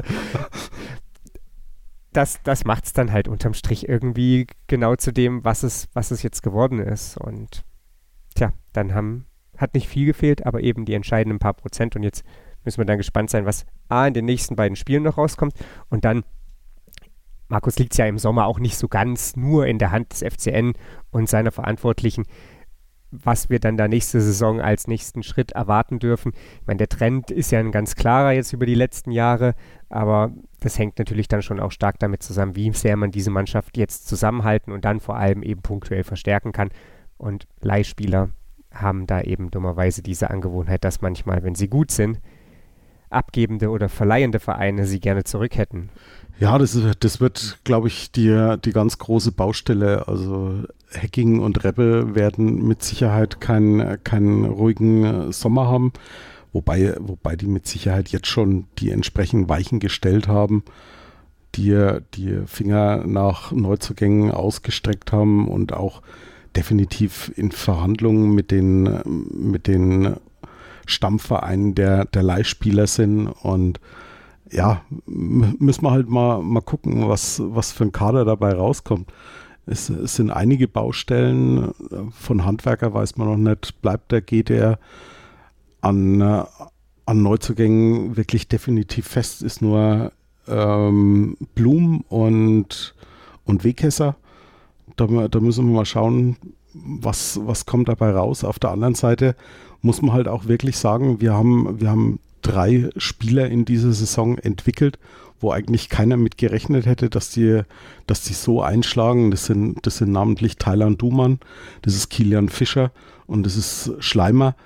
Das, das macht es dann halt unterm Strich irgendwie genau zu dem, was es, was es jetzt geworden ist. Und tja, dann haben, hat nicht viel gefehlt, aber eben die entscheidenden paar Prozent. Und jetzt müssen wir dann gespannt sein, was A in den nächsten beiden Spielen noch rauskommt. Und dann, Markus, liegt es ja im Sommer auch nicht so ganz nur in der Hand des F C N und seiner Verantwortlichen, was wir dann da nächste Saison als nächsten Schritt erwarten dürfen. Ich meine, der Trend ist ja ein ganz klarer jetzt über die letzten Jahre, aber das hängt natürlich dann schon auch stark damit zusammen, wie sehr man diese Mannschaft jetzt zusammenhalten und dann vor allem eben punktuell verstärken kann. Und Leihspieler haben da eben dummerweise diese Angewohnheit, dass manchmal, wenn sie gut sind, abgebende oder verleihende Vereine sie gerne zurück hätten. Ja, das, ist, das wird, glaube ich, die, die ganz große Baustelle. Also Hecking und Rebbe werden mit Sicherheit keinen keinen ruhigen Sommer haben, wobei, wobei die mit Sicherheit jetzt schon die entsprechenden Weichen gestellt haben, die die Finger nach Neuzugängen ausgestreckt haben und auch definitiv in Verhandlungen mit den, mit den Stammvereinen der, der Leihspieler sind. Und ja, m- müssen wir halt mal, mal gucken, was, was für ein Kader dabei rauskommt. Es, es sind einige Baustellen, von Handwerker weiß man noch nicht, bleibt der, geht er, an, äh, an Neuzugängen wirklich definitiv fest ist nur ähm, Blum und, und Wegkesser. Da, da müssen wir mal schauen, was, was kommt dabei raus. Auf der anderen Seite muss man halt auch wirklich sagen, wir haben, wir haben drei Spieler in dieser Saison entwickelt, wo eigentlich keiner mit gerechnet hätte, dass die, dass die so einschlagen. Das sind, das sind namentlich Thailand Duman, das ist Kilian Fischer und das ist Schleimer.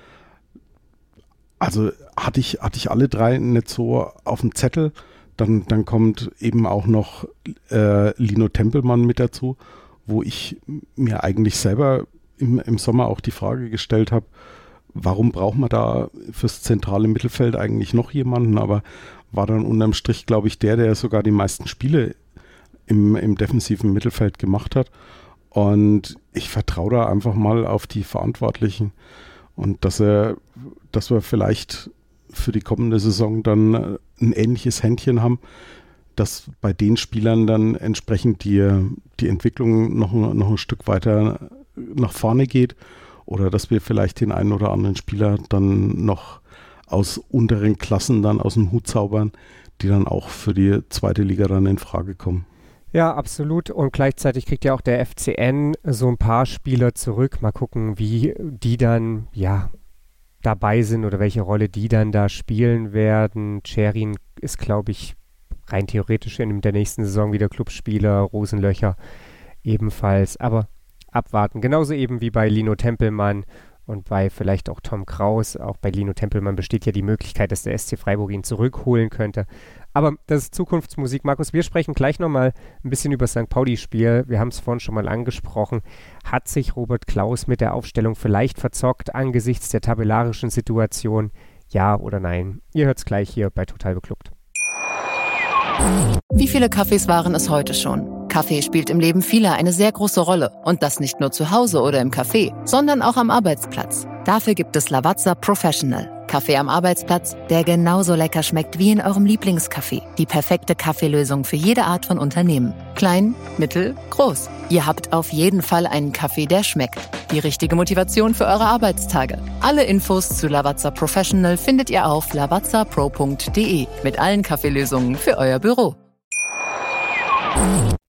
Also hatte ich, hatte ich alle drei nicht so auf dem Zettel. Dann, dann kommt eben auch noch äh, Lino Tempelmann mit dazu, wo ich mir eigentlich selber im, im Sommer auch die Frage gestellt habe, warum braucht man da fürs zentrale Mittelfeld eigentlich noch jemanden? Aber war dann unterm Strich, glaube ich, der, der sogar die meisten Spiele im, im defensiven Mittelfeld gemacht hat. Und ich vertraue da einfach mal auf die Verantwortlichen und dass er, dass wir vielleicht für die kommende Saison dann ein ähnliches Händchen haben, dass bei den Spielern dann entsprechend die, die Entwicklung noch, noch ein Stück weiter nach vorne geht oder dass wir vielleicht den einen oder anderen Spieler dann noch aus unteren Klassen dann aus dem Hut zaubern, die dann auch für die zweite Liga dann in Frage kommen. Ja, absolut. Und gleichzeitig kriegt ja auch der F C N so ein paar Spieler zurück. Mal gucken, wie die dann ja dabei sind oder welche Rolle die dann da spielen werden. Cherin ist, glaube ich, rein theoretisch in der nächsten Saison wieder Clubspieler, Rosenlöcher ebenfalls. Aber abwarten. Genauso eben wie bei Lino Tempelmann und bei vielleicht auch Tom Kraus. Auch bei Lino Tempelmann besteht ja die Möglichkeit, dass der S C Freiburg ihn zurückholen könnte. Aber das ist Zukunftsmusik. Markus, wir sprechen gleich nochmal ein bisschen über das Sankt Pauli-Spiel. Wir haben es vorhin schon mal angesprochen. Hat sich Robert Klaus mit der Aufstellung vielleicht verzockt angesichts der tabellarischen Situation? Ja oder nein? Ihr hört es gleich hier bei Total Beklubbt. Wie viele Kaffees waren es heute schon? Kaffee spielt im Leben vieler eine sehr große Rolle. Und das nicht nur zu Hause oder im Café, sondern auch am Arbeitsplatz. Dafür gibt es Lavazza Professional. Kaffee am Arbeitsplatz, der genauso lecker schmeckt wie in eurem Lieblingscafé. Die perfekte Kaffeelösung für jede Art von Unternehmen. Klein, mittel, groß. Ihr habt auf jeden Fall einen Kaffee, der schmeckt. Die richtige Motivation für eure Arbeitstage. Alle Infos zu Lavazza Professional findet ihr auf lavazza pro punkt de mit allen Kaffeelösungen für euer Büro.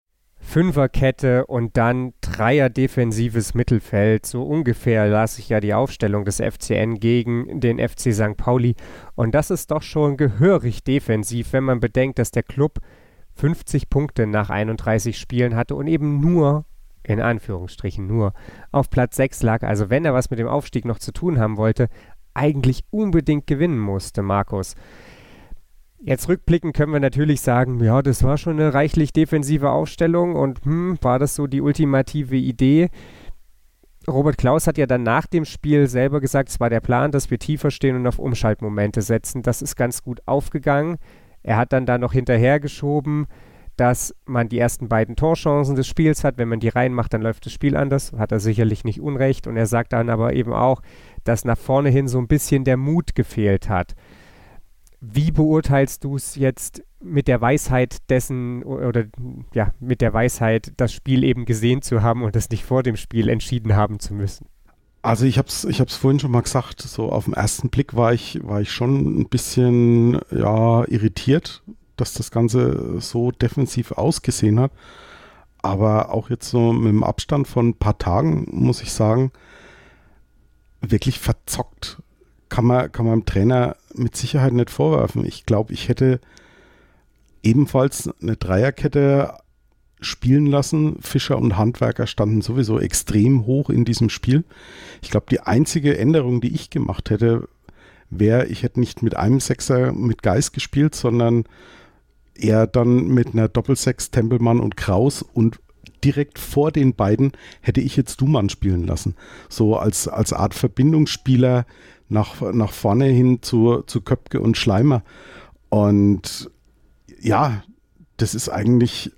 Fünferkette und dann Dreier defensives Mittelfeld. So ungefähr las ich ja die Aufstellung des F C N gegen den F C Sankt Pauli. Und das ist doch schon gehörig defensiv, wenn man bedenkt, dass der Club fünfzig Punkte nach einunddreißig Spielen hatte und eben nur, in Anführungsstrichen nur, auf Platz sechs lag. Also wenn er was mit dem Aufstieg noch zu tun haben wollte, eigentlich unbedingt gewinnen musste, Markus. Jetzt rückblickend können wir natürlich sagen, ja, das war schon eine reichlich defensive Aufstellung und hm, war das so die ultimative Idee? Robert Klaus hat ja dann nach dem Spiel selber gesagt, es war der Plan, dass wir tiefer stehen und auf Umschaltmomente setzen. Das ist ganz gut aufgegangen. Er hat dann da noch hinterhergeschoben, dass man die ersten beiden Torchancen des Spiels hat. Wenn man die reinmacht, dann läuft das Spiel anders. Hat er sicherlich nicht unrecht. Und er sagt dann aber eben auch, dass nach vorne hin so ein bisschen der Mut gefehlt hat. Wie beurteilst du es jetzt mit der Weisheit dessen oder ja, mit der Weisheit, das Spiel eben gesehen zu haben und es nicht vor dem Spiel entschieden haben zu müssen? Also ich habe es ich hab's vorhin schon mal gesagt, so auf den ersten Blick war ich, war ich schon ein bisschen ja, irritiert, dass das Ganze so defensiv ausgesehen hat. Aber auch jetzt so mit dem Abstand von ein paar Tagen, muss ich sagen, wirklich verzockt. Kann man, kann man dem Trainer mit Sicherheit nicht vorwerfen. Ich glaube, ich hätte ebenfalls eine Dreierkette spielen lassen. Fischer und Handwerker standen sowieso extrem hoch in diesem Spiel. Ich glaube, die einzige Änderung, die ich gemacht hätte, wäre, ich hätte nicht mit einem Sechser mit Geist gespielt, sondern eher dann mit einer Doppelsechs Tempelmann und Kraus und direkt vor den beiden hätte ich jetzt Dumann spielen lassen. So als, als Art Verbindungsspieler nach, nach vorne hin zu, zu Köpke und Schleimer. Und ja, das ist eigentlich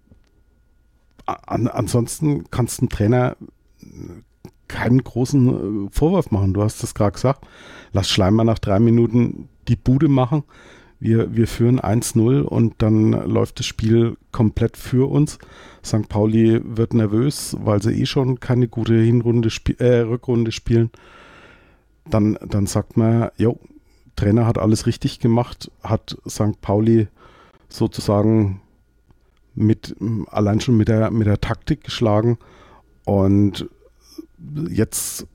an, ansonsten kannst du dem Trainer keinen großen Vorwurf machen. Du hast es gerade gesagt. Lass Schleimer nach drei Minuten die Bude machen. Wir, wir führen eins null und dann läuft das Spiel komplett für uns. Sankt Pauli wird nervös, weil sie eh schon keine gute Hinrunde sp- äh, Rückrunde spielen. Dann, dann sagt man, jo, Trainer hat alles richtig gemacht, hat Sankt Pauli sozusagen mit, allein schon mit der, mit der Taktik geschlagen und jetzt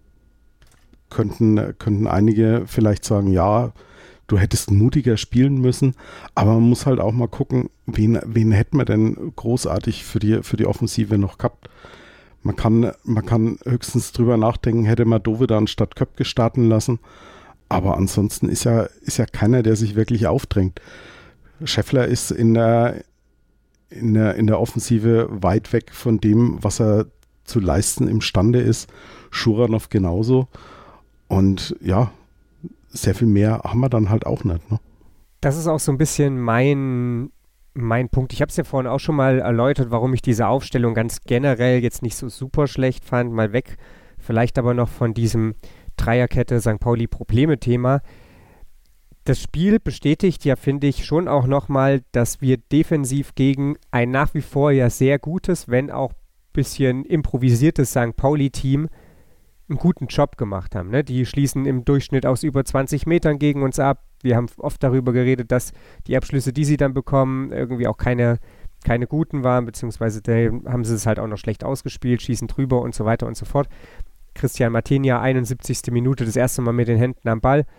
könnten, könnten einige vielleicht sagen, ja, du hättest mutiger spielen müssen, aber man muss halt auch mal gucken, wen, wen hätten wir denn großartig für die, für die Offensive noch gehabt. Man kann, man kann höchstens drüber nachdenken, hätte man Dovedan statt Köpke starten lassen, aber ansonsten ist ja, ist ja keiner, der sich wirklich aufdrängt. Scheffler ist in der, in der, in der Offensive weit weg von dem, was er zu leisten imstande ist. Schuranov genauso. Und ja, sehr viel mehr haben wir dann halt auch nicht. Ne? Das ist auch so ein bisschen mein, mein Punkt. Ich habe es ja vorhin auch schon mal erläutert, warum ich diese Aufstellung ganz generell jetzt nicht so super schlecht fand. Mal weg, vielleicht aber noch von diesem Dreierkette Sankt Pauli-Probleme-Thema. Das Spiel bestätigt ja, finde ich, schon auch nochmal, dass wir defensiv gegen ein nach wie vor ja sehr gutes, wenn auch ein bisschen improvisiertes Sankt Pauli-Team einen guten Job gemacht haben. Ne? Die schließen im Durchschnitt aus über zwanzig Metern gegen uns ab. Wir haben oft darüber geredet, dass die Abschlüsse, die sie dann bekommen, irgendwie auch keine, keine guten waren, beziehungsweise haben sie es halt auch noch schlecht ausgespielt, schießen drüber und so weiter und so fort. Christian Martinia, einundsiebzigste Minute, das erste Mal mit den Händen am Ball.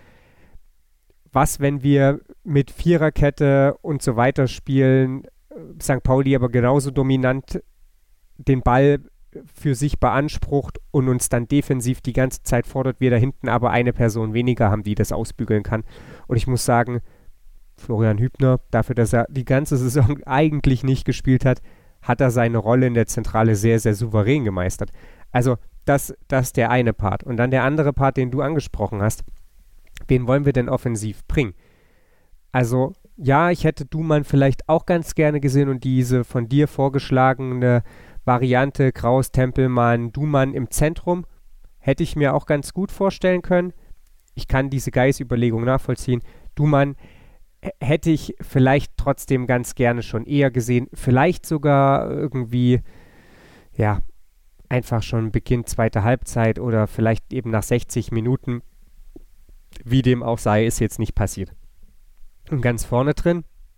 Was, wenn wir mit Viererkette und so weiter spielen, Sankt Pauli aber genauso dominant den Ball für sich beansprucht und uns dann defensiv die ganze Zeit fordert, wir da hinten aber eine Person weniger haben, die das ausbügeln kann. Und ich muss sagen, Florian Hübner, dafür, dass er die ganze Saison eigentlich nicht gespielt hat, hat er seine Rolle in der Zentrale sehr, sehr souverän gemeistert. Also das, das ist der eine Part. Und dann der andere Part, den du angesprochen hast. Wen wollen wir denn offensiv bringen? Also ja, ich hätte Dumann vielleicht auch ganz gerne gesehen und diese von dir vorgeschlagene Variante Kraus, Tempelmann, Dumann im Zentrum hätte ich mir auch ganz gut vorstellen können. Ich kann diese Geis-Überlegung nachvollziehen. Dumann h- hätte ich vielleicht trotzdem ganz gerne schon eher gesehen. Vielleicht sogar irgendwie, ja, einfach schon Beginn zweiter Halbzeit oder vielleicht eben nach sechzig Minuten. Wie dem auch sei, ist jetzt nicht passiert. Und ganz vorne drin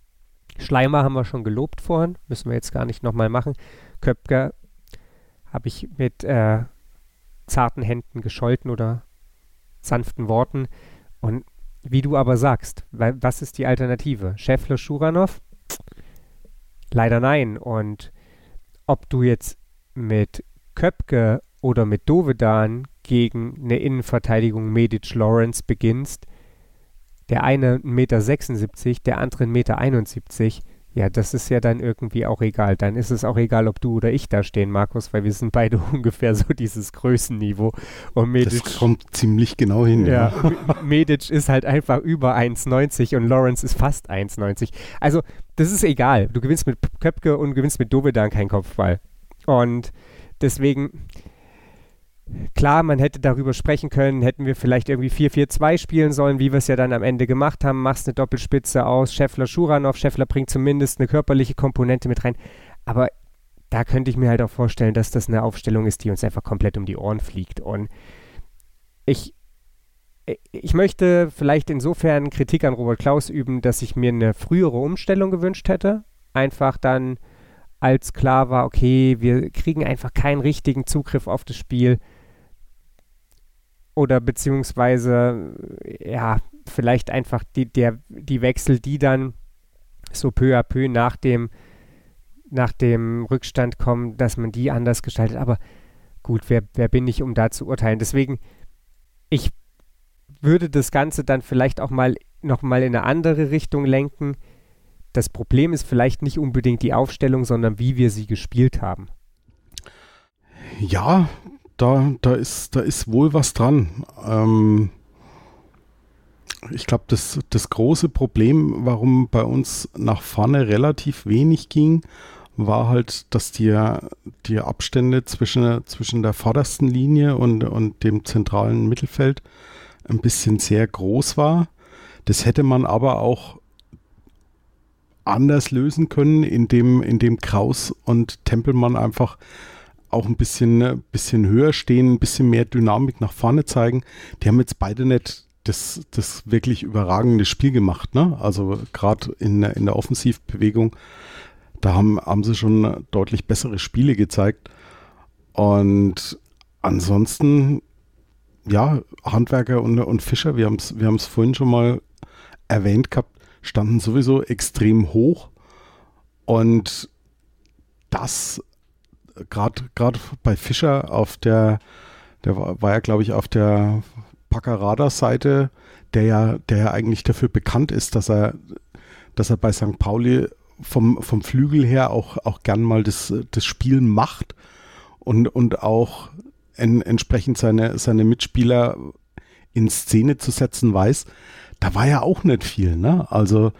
Schleimer haben wir schon gelobt vorhin, müssen wir jetzt gar nicht nochmal machen. Köpke habe ich mit äh, zarten Händen gescholten oder sanften Worten. Und wie du aber sagst, weil, was ist die Alternative? Scheffler, Schuranov? Leider nein. Und ob du jetzt mit Köpke oder mit Dovedan gegen eine Innenverteidigung Medic-Lawrence beginnst, der eine ein Meter sechsundsiebzig, der andere ein Meter einundsiebzig, ja, das ist ja dann irgendwie auch egal. Dann ist es auch egal, ob du oder ich da stehen, Markus, weil wir sind beide ungefähr so dieses Größenniveau. Und Medic, das kommt ziemlich genau hin. Ja, ja. Medic ist halt einfach über eins neunzig und Lawrence ist fast eins neunzig. Also, das ist egal. Du gewinnst mit Köpke und gewinnst mit Dovedan keinen Kopfball. Und deswegen, klar, man hätte darüber sprechen können, hätten wir vielleicht irgendwie vier vier zwei spielen sollen, wie wir es ja dann am Ende gemacht haben. Machst eine Doppelspitze aus Scheffler, Schuranov. Scheffler bringt zumindest eine körperliche Komponente mit rein. Aber da könnte ich mir halt auch vorstellen, dass das eine Aufstellung ist, die uns einfach komplett um die Ohren fliegt. Und ich, ich möchte vielleicht insofern Kritik an Robert Klaus üben, dass ich mir eine frühere Umstellung gewünscht hätte. Einfach dann, als klar war, okay, wir kriegen einfach keinen richtigen Zugriff auf das Spiel. Oder beziehungsweise, ja, vielleicht einfach die, der, die Wechsel, die dann so peu à peu nach dem, nach dem Rückstand kommen, dass man die anders gestaltet. Aber gut, wer, wer bin ich, um da zu urteilen? Deswegen, ich würde das Ganze dann vielleicht auch mal nochmal in eine andere Richtung lenken. Das Problem ist vielleicht nicht unbedingt die Aufstellung, sondern wie wir sie gespielt haben. Ja, da, da, ist, da ist wohl was dran. Ähm, ich glaube, das, das große Problem, warum bei uns nach vorne relativ wenig ging, war halt, dass die, die Abstände zwischen, zwischen der vordersten Linie und, und dem zentralen Mittelfeld ein bisschen sehr groß war. Das hätte man aber auch anders lösen können, indem, indem Kraus und Tempelmann einfach auch ein bisschen, bisschen höher stehen, ein bisschen mehr Dynamik nach vorne zeigen. Die haben jetzt beide nicht das, das wirklich überragende Spiel gemacht, ne? Also gerade in, in der Offensivbewegung, da haben, haben sie schon deutlich bessere Spiele gezeigt. Und ansonsten, ja, Handwerker und, und Fischer, wir haben es wir haben es vorhin schon mal erwähnt gehabt, standen sowieso extrem hoch. Und das gerade gerade bei Fischer auf der, der war, war ja glaube ich auf der Packerada-Seite, der ja, der ja eigentlich dafür bekannt ist, dass er, dass er bei Sankt Pauli vom, vom Flügel her auch, auch gern mal das, das Spiel macht und, und auch en, entsprechend seine, seine Mitspieler in Szene zu setzen weiß. Da war ja auch nicht viel, ne? Also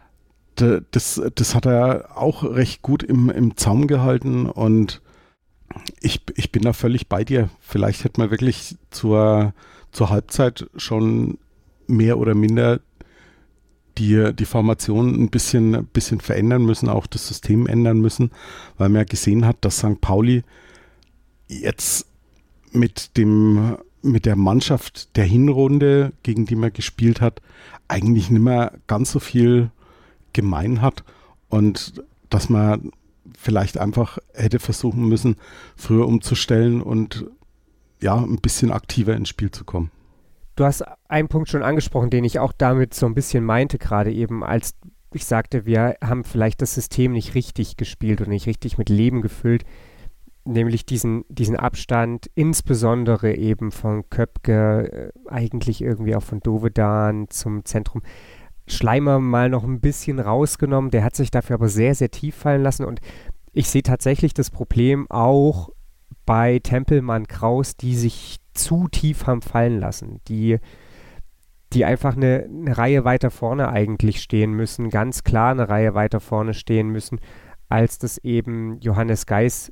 das, das hat er auch recht gut im, im Zaum gehalten und ich, ich bin da völlig bei dir. Vielleicht hätte man wirklich zur, zur Halbzeit schon mehr oder minder die, die Formation ein bisschen, ein bisschen verändern müssen, auch das System ändern müssen, weil man ja gesehen hat, dass Sankt Pauli jetzt mit dem, mit der Mannschaft der Hinrunde, gegen die man gespielt hat, eigentlich nicht mehr ganz so viel gemein hat und dass man vielleicht einfach hätte versuchen müssen, früher umzustellen und ja, ein bisschen aktiver ins Spiel zu kommen. Du hast einen Punkt schon angesprochen, den ich auch damit so ein bisschen meinte, gerade eben, als ich sagte, wir haben vielleicht das System nicht richtig gespielt und nicht richtig mit Leben gefüllt, nämlich diesen, diesen Abstand, insbesondere eben von Köpke, äh, eigentlich irgendwie auch von Dovedan zum Zentrum. Schleimer mal noch ein bisschen rausgenommen, der hat sich dafür aber sehr, sehr tief fallen lassen und ich sehe tatsächlich das Problem auch bei Tempelmann, Kraus, die sich zu tief haben fallen lassen, die, die einfach eine, eine Reihe weiter vorne eigentlich stehen müssen, ganz klar eine Reihe weiter vorne stehen müssen, als das eben Johannes Geis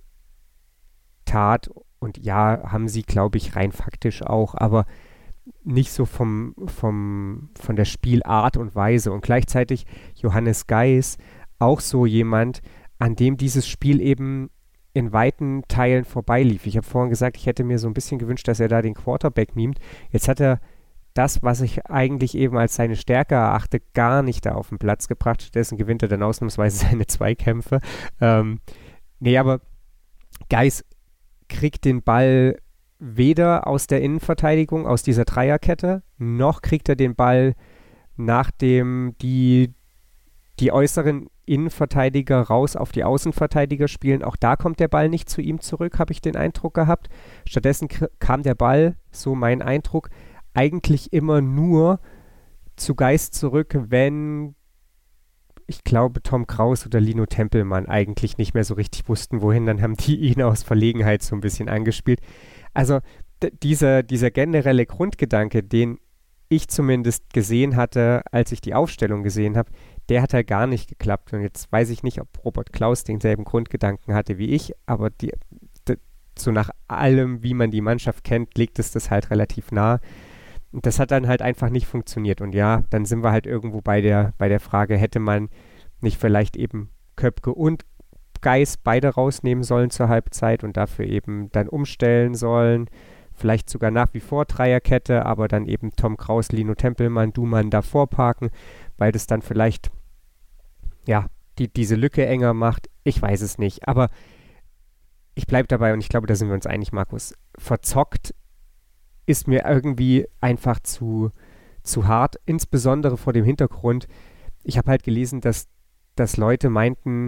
tat und ja, haben sie, glaube ich, rein faktisch auch, aber nicht so vom, vom, von der Spielart und Weise. Und gleichzeitig Johannes Geis auch so jemand, an dem dieses Spiel eben in weiten Teilen vorbeilief. Ich habe vorhin gesagt, ich hätte mir so ein bisschen gewünscht, dass er da den Quarterback mimt. Jetzt hat er das, was ich eigentlich eben als seine Stärke erachte, gar nicht da auf den Platz gebracht. Stattdessen gewinnt er dann ausnahmsweise seine Zweikämpfe. Ähm, nee, aber Geis kriegt den Ball weder aus der Innenverteidigung, aus dieser Dreierkette, noch kriegt er den Ball, nachdem die, die äußeren Innenverteidiger raus auf die Außenverteidiger spielen. Auch da kommt der Ball nicht zu ihm zurück, habe ich den Eindruck gehabt. Stattdessen k- kam der Ball, so mein Eindruck, eigentlich immer nur zu Geis zurück, wenn, ich glaube, Tom Kraus oder Lino Tempelmann eigentlich nicht mehr so richtig wussten, wohin. Dann haben die ihn aus Verlegenheit so ein bisschen angespielt. Also d- dieser, dieser generelle Grundgedanke, den ich zumindest gesehen hatte, als ich die Aufstellung gesehen habe, der hat halt gar nicht geklappt. Und jetzt weiß ich nicht, ob Robert Klaus denselben Grundgedanken hatte wie ich, aber die, d- so nach allem, wie man die Mannschaft kennt, legt es das halt relativ nah. Und das hat dann halt einfach nicht funktioniert. Und ja, dann sind wir halt irgendwo bei der, bei der Frage, hätte man nicht vielleicht eben Köpke und Geis beide rausnehmen sollen zur Halbzeit und dafür eben dann umstellen sollen. Vielleicht sogar nach wie vor Dreierkette, aber dann eben Tom Kraus, Lino Tempelmann, Dumann davor parken, weil das dann vielleicht, ja, die, diese Lücke enger macht. Ich weiß es nicht, aber ich bleibe dabei und ich glaube, da sind wir uns einig, Markus. Verzockt ist mir irgendwie einfach zu, zu hart, insbesondere vor dem Hintergrund. Ich habe halt gelesen, dass, dass Leute meinten,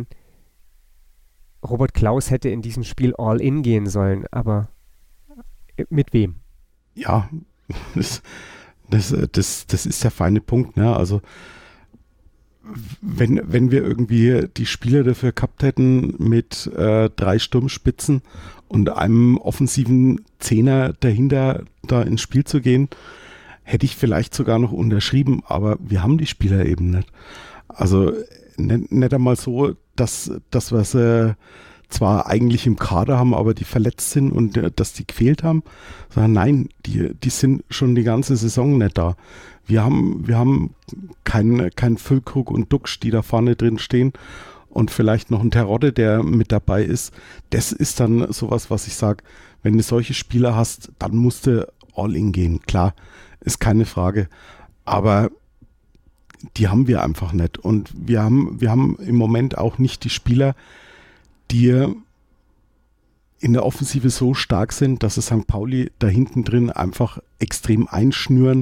Robert Klaus hätte in diesem Spiel all in gehen sollen, aber mit wem? Ja, das, das, das, das ist der feine Punkt, ne? Also wenn, wenn wir irgendwie die Spieler dafür gehabt hätten, mit äh, drei Sturmspitzen und einem offensiven Zehner dahinter da ins Spiel zu gehen, hätte ich vielleicht sogar noch unterschrieben, aber wir haben die Spieler eben nicht. Also nicht, nicht einmal so, dass, dass wir sie zwar eigentlich im Kader haben, aber die verletzt sind und äh, dass die gefehlt haben, sondern nein, die, die sind schon die ganze Saison nicht da. Wir haben, wir haben keinen kein Füllkrug und Duxch, die da vorne drin stehen und vielleicht noch ein Terodde, der mit dabei ist. Das ist dann sowas, was ich sage, wenn du solche Spieler hast, dann musst du all in gehen. Klar, ist keine Frage. Aber die haben wir einfach nicht. Und wir haben, wir haben im Moment auch nicht die Spieler, die in der Offensive so stark sind, dass es Sankt Pauli da hinten drin einfach extrem einschnüren.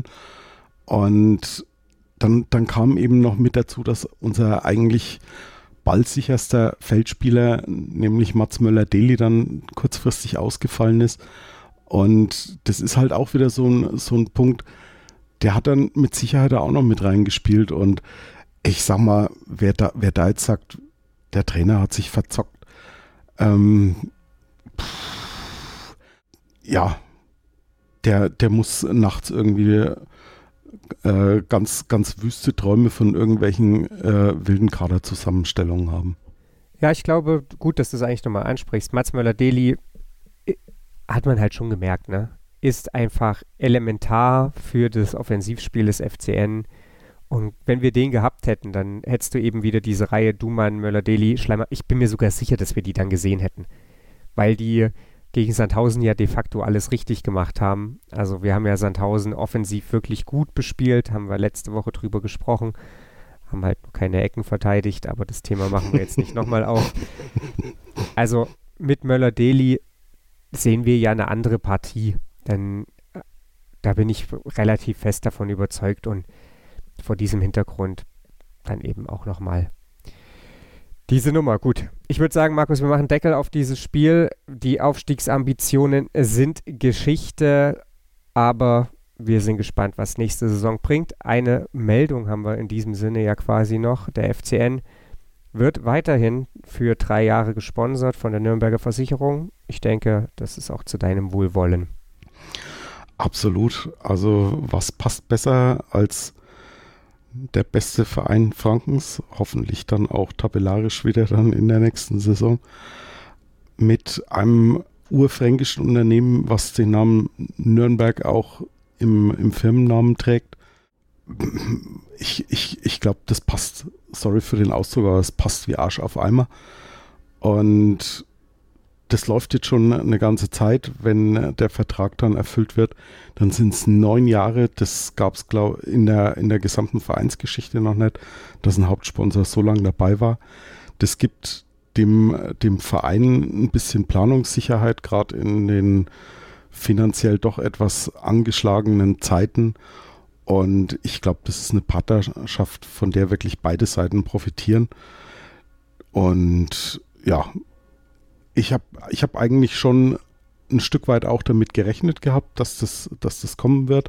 Und dann, dann kam eben noch mit dazu, dass unser eigentlich ballsicherster Feldspieler, nämlich Mats Möller-Deli, dann kurzfristig ausgefallen ist. Und das ist halt auch wieder so ein, so ein Punkt, der hat dann mit Sicherheit auch noch mit reingespielt. Und ich sag mal, wer da, wer da jetzt sagt, der Trainer hat sich verzockt, ähm, pff, ja, der, der muss nachts irgendwie äh, ganz, ganz wüste Träume von irgendwelchen äh, wilden Kaderzusammenstellungen haben. Ja, ich glaube, gut, dass du es eigentlich nochmal ansprichst. Mats Möller-Deli hat man halt schon gemerkt, ne? Ist einfach elementar für das Offensivspiel des F C N. Und wenn wir den gehabt hätten, dann hättest du eben wieder diese Reihe Dumann, Möller-Deli, Schleimer. Ich bin mir sogar sicher, dass wir die dann gesehen hätten. Weil die gegen Sandhausen ja de facto alles richtig gemacht haben. Also wir haben ja Sandhausen offensiv wirklich gut bespielt, haben wir letzte Woche drüber gesprochen. Haben halt keine Ecken verteidigt, aber das Thema machen wir jetzt nicht nochmal auf. Also mit Möller-Deli sehen wir ja eine andere Partie. Denn äh, da bin ich relativ fest davon überzeugt und vor diesem Hintergrund dann eben auch nochmal diese Nummer. Gut, ich würde sagen, Markus, wir machen Deckel auf dieses Spiel. Die Aufstiegsambitionen sind Geschichte, aber wir sind gespannt, was nächste Saison bringt. Eine Meldung haben wir in diesem Sinne ja quasi noch. Der F C N wird weiterhin für drei Jahre gesponsert von der Nürnberger Versicherung. Ich denke, das ist auch zu deinem Wohlwollen. Absolut. Also was passt besser als der beste Verein Frankens, hoffentlich dann auch tabellarisch wieder dann in der nächsten Saison, mit einem urfränkischen Unternehmen, was den Namen Nürnberg auch im, im Firmennamen trägt. Ich, ich, ich glaube, das passt, sorry für den Ausdruck, aber es passt wie Arsch auf Eimer. Und das läuft jetzt schon eine ganze Zeit. Wenn der Vertrag dann erfüllt wird, dann sind es neun Jahre. Das gab es, glaube ich, in der, in der gesamten Vereinsgeschichte noch nicht, dass ein Hauptsponsor so lange dabei war. Das gibt dem, dem Verein ein bisschen Planungssicherheit, gerade in den finanziell doch etwas angeschlagenen Zeiten. Und ich glaube, das ist eine Partnerschaft, von der wirklich beide Seiten profitieren. Und ja, ich habe ich hab eigentlich schon ein Stück weit auch damit gerechnet gehabt, dass das, dass das kommen wird.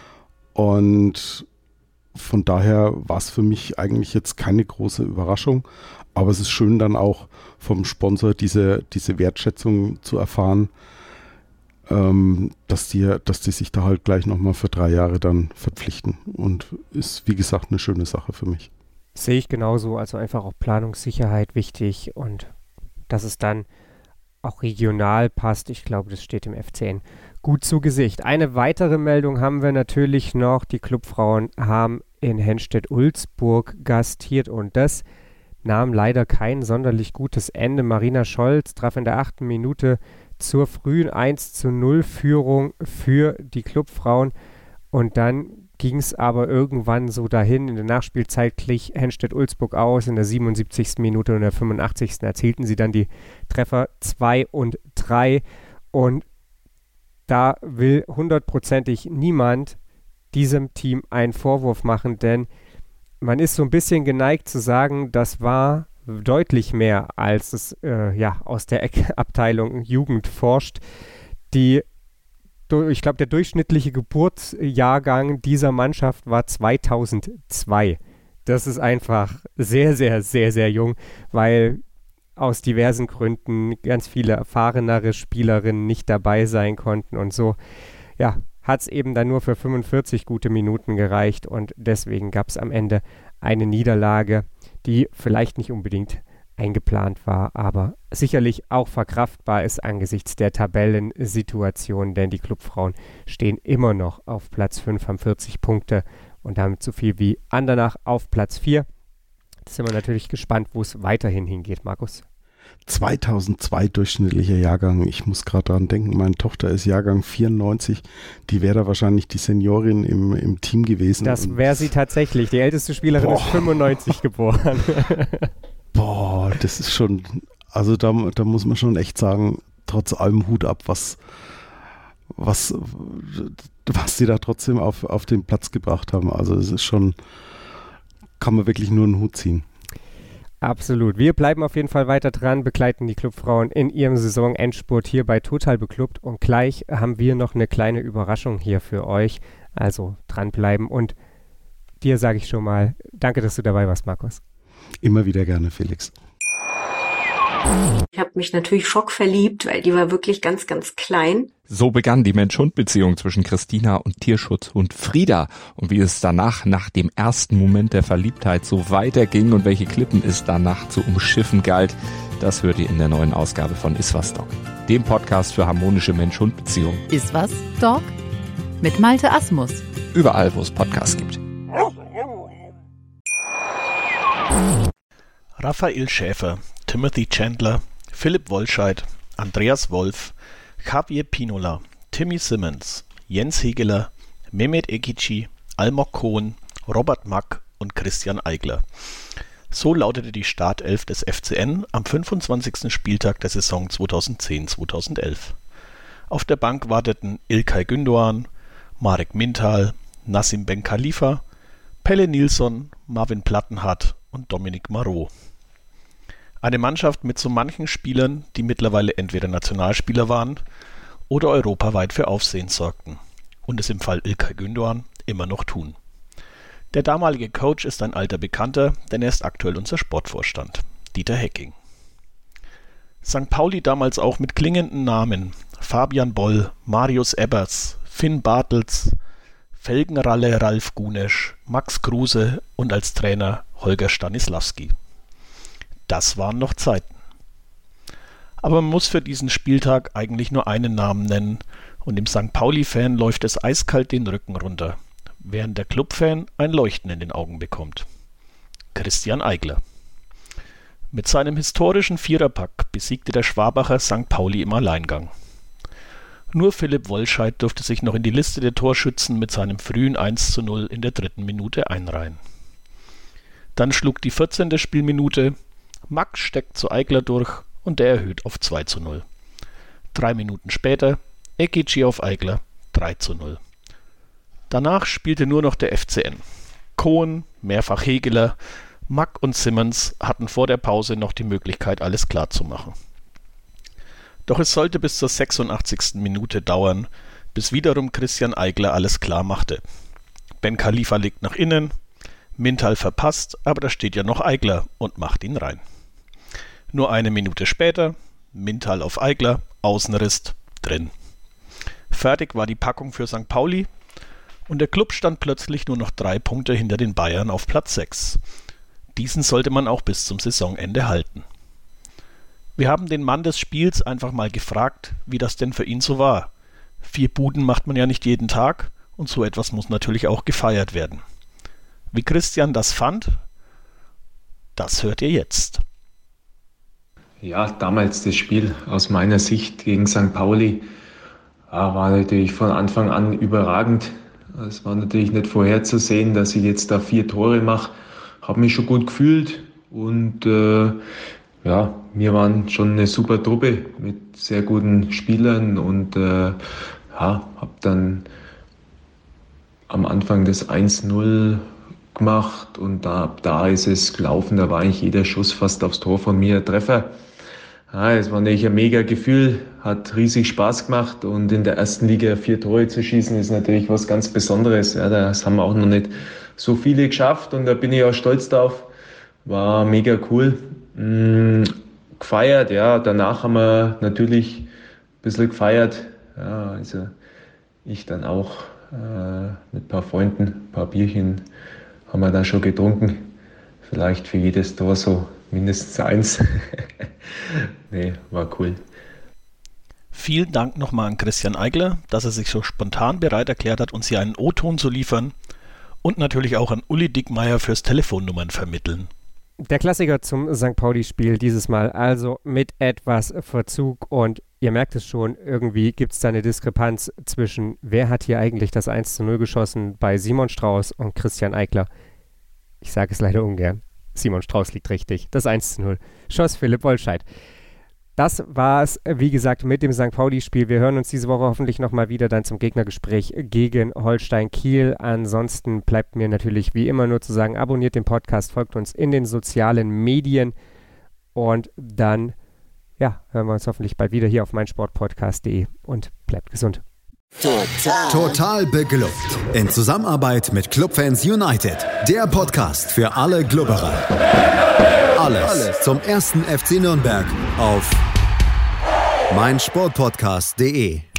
Und von daher war es für mich eigentlich jetzt keine große Überraschung. Aber es ist schön dann auch vom Sponsor diese, diese Wertschätzung zu erfahren, ähm, dass, die, dass die sich da halt gleich nochmal für drei Jahre dann verpflichten. Und ist, wie gesagt, eine schöne Sache für mich. Sehe ich genauso. Also einfach auch Planungssicherheit wichtig und dass es dann auch regional passt. Ich glaube, das steht dem F C N gut zu Gesicht. Eine weitere Meldung haben wir natürlich noch. Die Clubfrauen haben in Henstedt-Ulzburg gastiert und das nahm leider kein sonderlich gutes Ende. Marina Scholz traf in der achten Minute zur frühen eins zu null Führung für die Clubfrauen und dann ging es aber irgendwann so dahin. In der Nachspielzeit glich Henstedt-Ulzburg aus. In der siebenundsiebzigsten Minute und der fünfundachtzigsten erzielten sie dann die Treffer zwei und drei. Und da will hundertprozentig niemand diesem Team einen Vorwurf machen, denn man ist so ein bisschen geneigt zu sagen, das war deutlich mehr, als es äh, ja, aus der Abteilung Jugend forscht. Die Ich glaube, der durchschnittliche Geburtsjahrgang dieser Mannschaft war zweitausendzwei. Das ist einfach sehr, sehr, sehr, sehr jung, weil aus diversen Gründen ganz viele erfahrenere Spielerinnen nicht dabei sein konnten. Und so, ja, hat es eben dann nur für fünfundvierzig gute Minuten gereicht. Und deswegen gab es am Ende eine Niederlage, die vielleicht nicht unbedingt eingeplant war, aber sicherlich auch verkraftbar ist angesichts der Tabellensituation, denn die Clubfrauen stehen immer noch auf Platz fünf, haben vierzig Punkte und damit so viel wie Andernach auf Platz vier. Jetzt sind wir natürlich gespannt, wo es weiterhin hingeht, Markus. zweitausendzwei durchschnittlicher Jahrgang. Ich muss gerade dran denken, meine Tochter ist Jahrgang vierundneunzig. Die wäre da wahrscheinlich die Seniorin im, im Team gewesen. Das wäre sie tatsächlich. Die älteste Spielerin Boah. ist fünfundneunzig geboren. Boah, das ist schon, also da, da muss man schon echt sagen, trotz allem Hut ab, was, was, was die da trotzdem auf, auf den Platz gebracht haben. Also es ist schon, kann man wirklich nur einen Hut ziehen. Absolut. Wir bleiben auf jeden Fall weiter dran, begleiten die Clubfrauen in ihrem Saisonendspurt hier bei Total Beklubbt und gleich haben wir noch eine kleine Überraschung hier für euch. Also dranbleiben und dir sage ich schon mal, danke, dass du dabei warst, Markus. Immer wieder gerne, Felix. Ich habe mich natürlich schockverliebt, weil die war wirklich ganz, ganz klein. So begann die Mensch-Hund-Beziehung zwischen Christina und Tierschutzhund Frieda. Und wie es danach, nach dem ersten Moment der Verliebtheit, so weiterging und welche Klippen es danach zu umschiffen galt, das hört ihr in der neuen Ausgabe von Iswas Dog, dem Podcast für harmonische Mensch-Hund-Beziehungen. Iswas Dog mit Malte Asmus. Überall, wo es Podcasts gibt. Raphael Schäfer, Timothy Chandler, Philipp Wollscheid, Andreas Wolf, Javier Pinola, Timmy Simmons, Jens Hegeler, Mehmet Ekici, Almog Kohn, Robert Mack und Christian Eigler. So lautete die Startelf des F C N am fünfundzwanzigsten Spieltag der Saison zweitausendzehn zweitausendelf. Auf der Bank warteten İlkay Gündoğan, Marek Mintal, Nassim Ben Khalifa, Pelle Nilsson, Marvin Plattenhardt und Dominique Marot. Eine Mannschaft mit so manchen Spielern, die mittlerweile entweder Nationalspieler waren oder europaweit für Aufsehen sorgten und es im Fall İlkay Gündoğan immer noch tun. Der damalige Coach ist ein alter Bekannter, denn er ist aktuell unser Sportvorstand, Dieter Hecking. Sankt Pauli damals auch mit klingenden Namen: Fabian Boll, Marius Ebbers, Finn Bartels, Felgenralle Ralf Gunesch, Max Kruse und als Trainer Holger Stanislawski. Das waren noch Zeiten. Aber man muss für diesen Spieltag eigentlich nur einen Namen nennen und dem Sankt Pauli-Fan läuft es eiskalt den Rücken runter, während der Clubfan ein Leuchten in den Augen bekommt. Christian Eigler. Mit seinem historischen Viererpack besiegte der Schwabacher Sankt Pauli im Alleingang. Nur Philipp Wollscheid durfte sich noch in die Liste der Torschützen mit seinem frühen eins zu null in der dritten Minute einreihen. Dann schlug die vierzehnte Spielminute, Max steckt zu Eigler durch und der erhöht auf zwei zu null. Drei Minuten später Ekici auf Eigler, drei zu null. Danach spielte nur noch der F C N. Cohen, mehrfach Hegeler, Mack und Simmons hatten vor der Pause noch die Möglichkeit, alles klar zu machen. Doch es sollte bis zur sechsundachtzigsten Minute dauern, bis wiederum Christian Eigler alles klar machte. Ben Khalifa legt nach innen, Mintal verpasst, aber da steht ja noch Eigler und macht ihn rein. Nur eine Minute später, Mintal auf Eigler, Außenriss, drin. Fertig war die Packung für Sankt Pauli und der Klub stand plötzlich nur noch drei Punkte hinter den Bayern auf Platz sechs. Diesen sollte man auch bis zum Saisonende halten. Wir haben den Mann des Spiels einfach mal gefragt, wie das denn für ihn so war. Vier Buden macht man ja nicht jeden Tag und so etwas muss natürlich auch gefeiert werden. Wie Christian das fand, das hört ihr jetzt. Ja, damals das Spiel aus meiner Sicht gegen Sankt Pauli war natürlich von Anfang an überragend. Es war natürlich nicht vorherzusehen, dass ich jetzt da vier Tore mache. Habe mich schon gut gefühlt und äh, ja, wir waren schon eine super Truppe mit sehr guten Spielern und äh, ja, habe dann am Anfang das eins null gemacht und da, da ist es gelaufen, da war eigentlich jeder Schuss fast aufs Tor von mir ein Treffer. Ja, es war natürlich ein mega Gefühl, hat riesig Spaß gemacht und in der ersten Liga vier Tore zu schießen ist natürlich was ganz Besonderes. Ja, das haben auch noch nicht so viele geschafft und da bin ich auch stolz drauf. War mega cool. Hm, gefeiert, ja, danach haben wir natürlich ein bisschen gefeiert. Ja, also ich dann auch äh, mit ein paar Freunden, ein paar Bierchen haben wir da schon getrunken. Vielleicht für jedes Tor so mindestens eins. Nee, war cool. Vielen Dank nochmal an Christian Eigler, dass er sich so spontan bereit erklärt hat, uns hier einen O-Ton zu liefern. Und natürlich auch an Uli Dickmeyer fürs Telefonnummern vermitteln. Der Klassiker zum Sankt Pauli-Spiel dieses Mal also mit etwas Verzug und ihr merkt es schon, irgendwie gibt es da eine Diskrepanz zwischen wer hat hier eigentlich das eins zu null geschossen bei Simon Strauß und Christian Eigler. Ich sage es leider ungern. Simon Strauß liegt richtig. Das eins zu null schoss Philipp Wollscheid. Das war es, wie gesagt, mit dem Sankt Pauli-Spiel. Wir hören uns diese Woche hoffentlich nochmal wieder dann zum Gegnergespräch gegen Holstein Kiel. Ansonsten bleibt mir natürlich wie immer nur zu sagen, abonniert den Podcast, folgt uns in den sozialen Medien und dann ja, hören wir uns hoffentlich bald wieder hier auf meinsportpodcast punkt de und bleibt gesund. Total. Total beglückt. In Zusammenarbeit mit Clubfans United. Der Podcast für alle Glubberer. Alles, Alles zum ersten F C Nürnberg auf meinsportpodcast punkt de.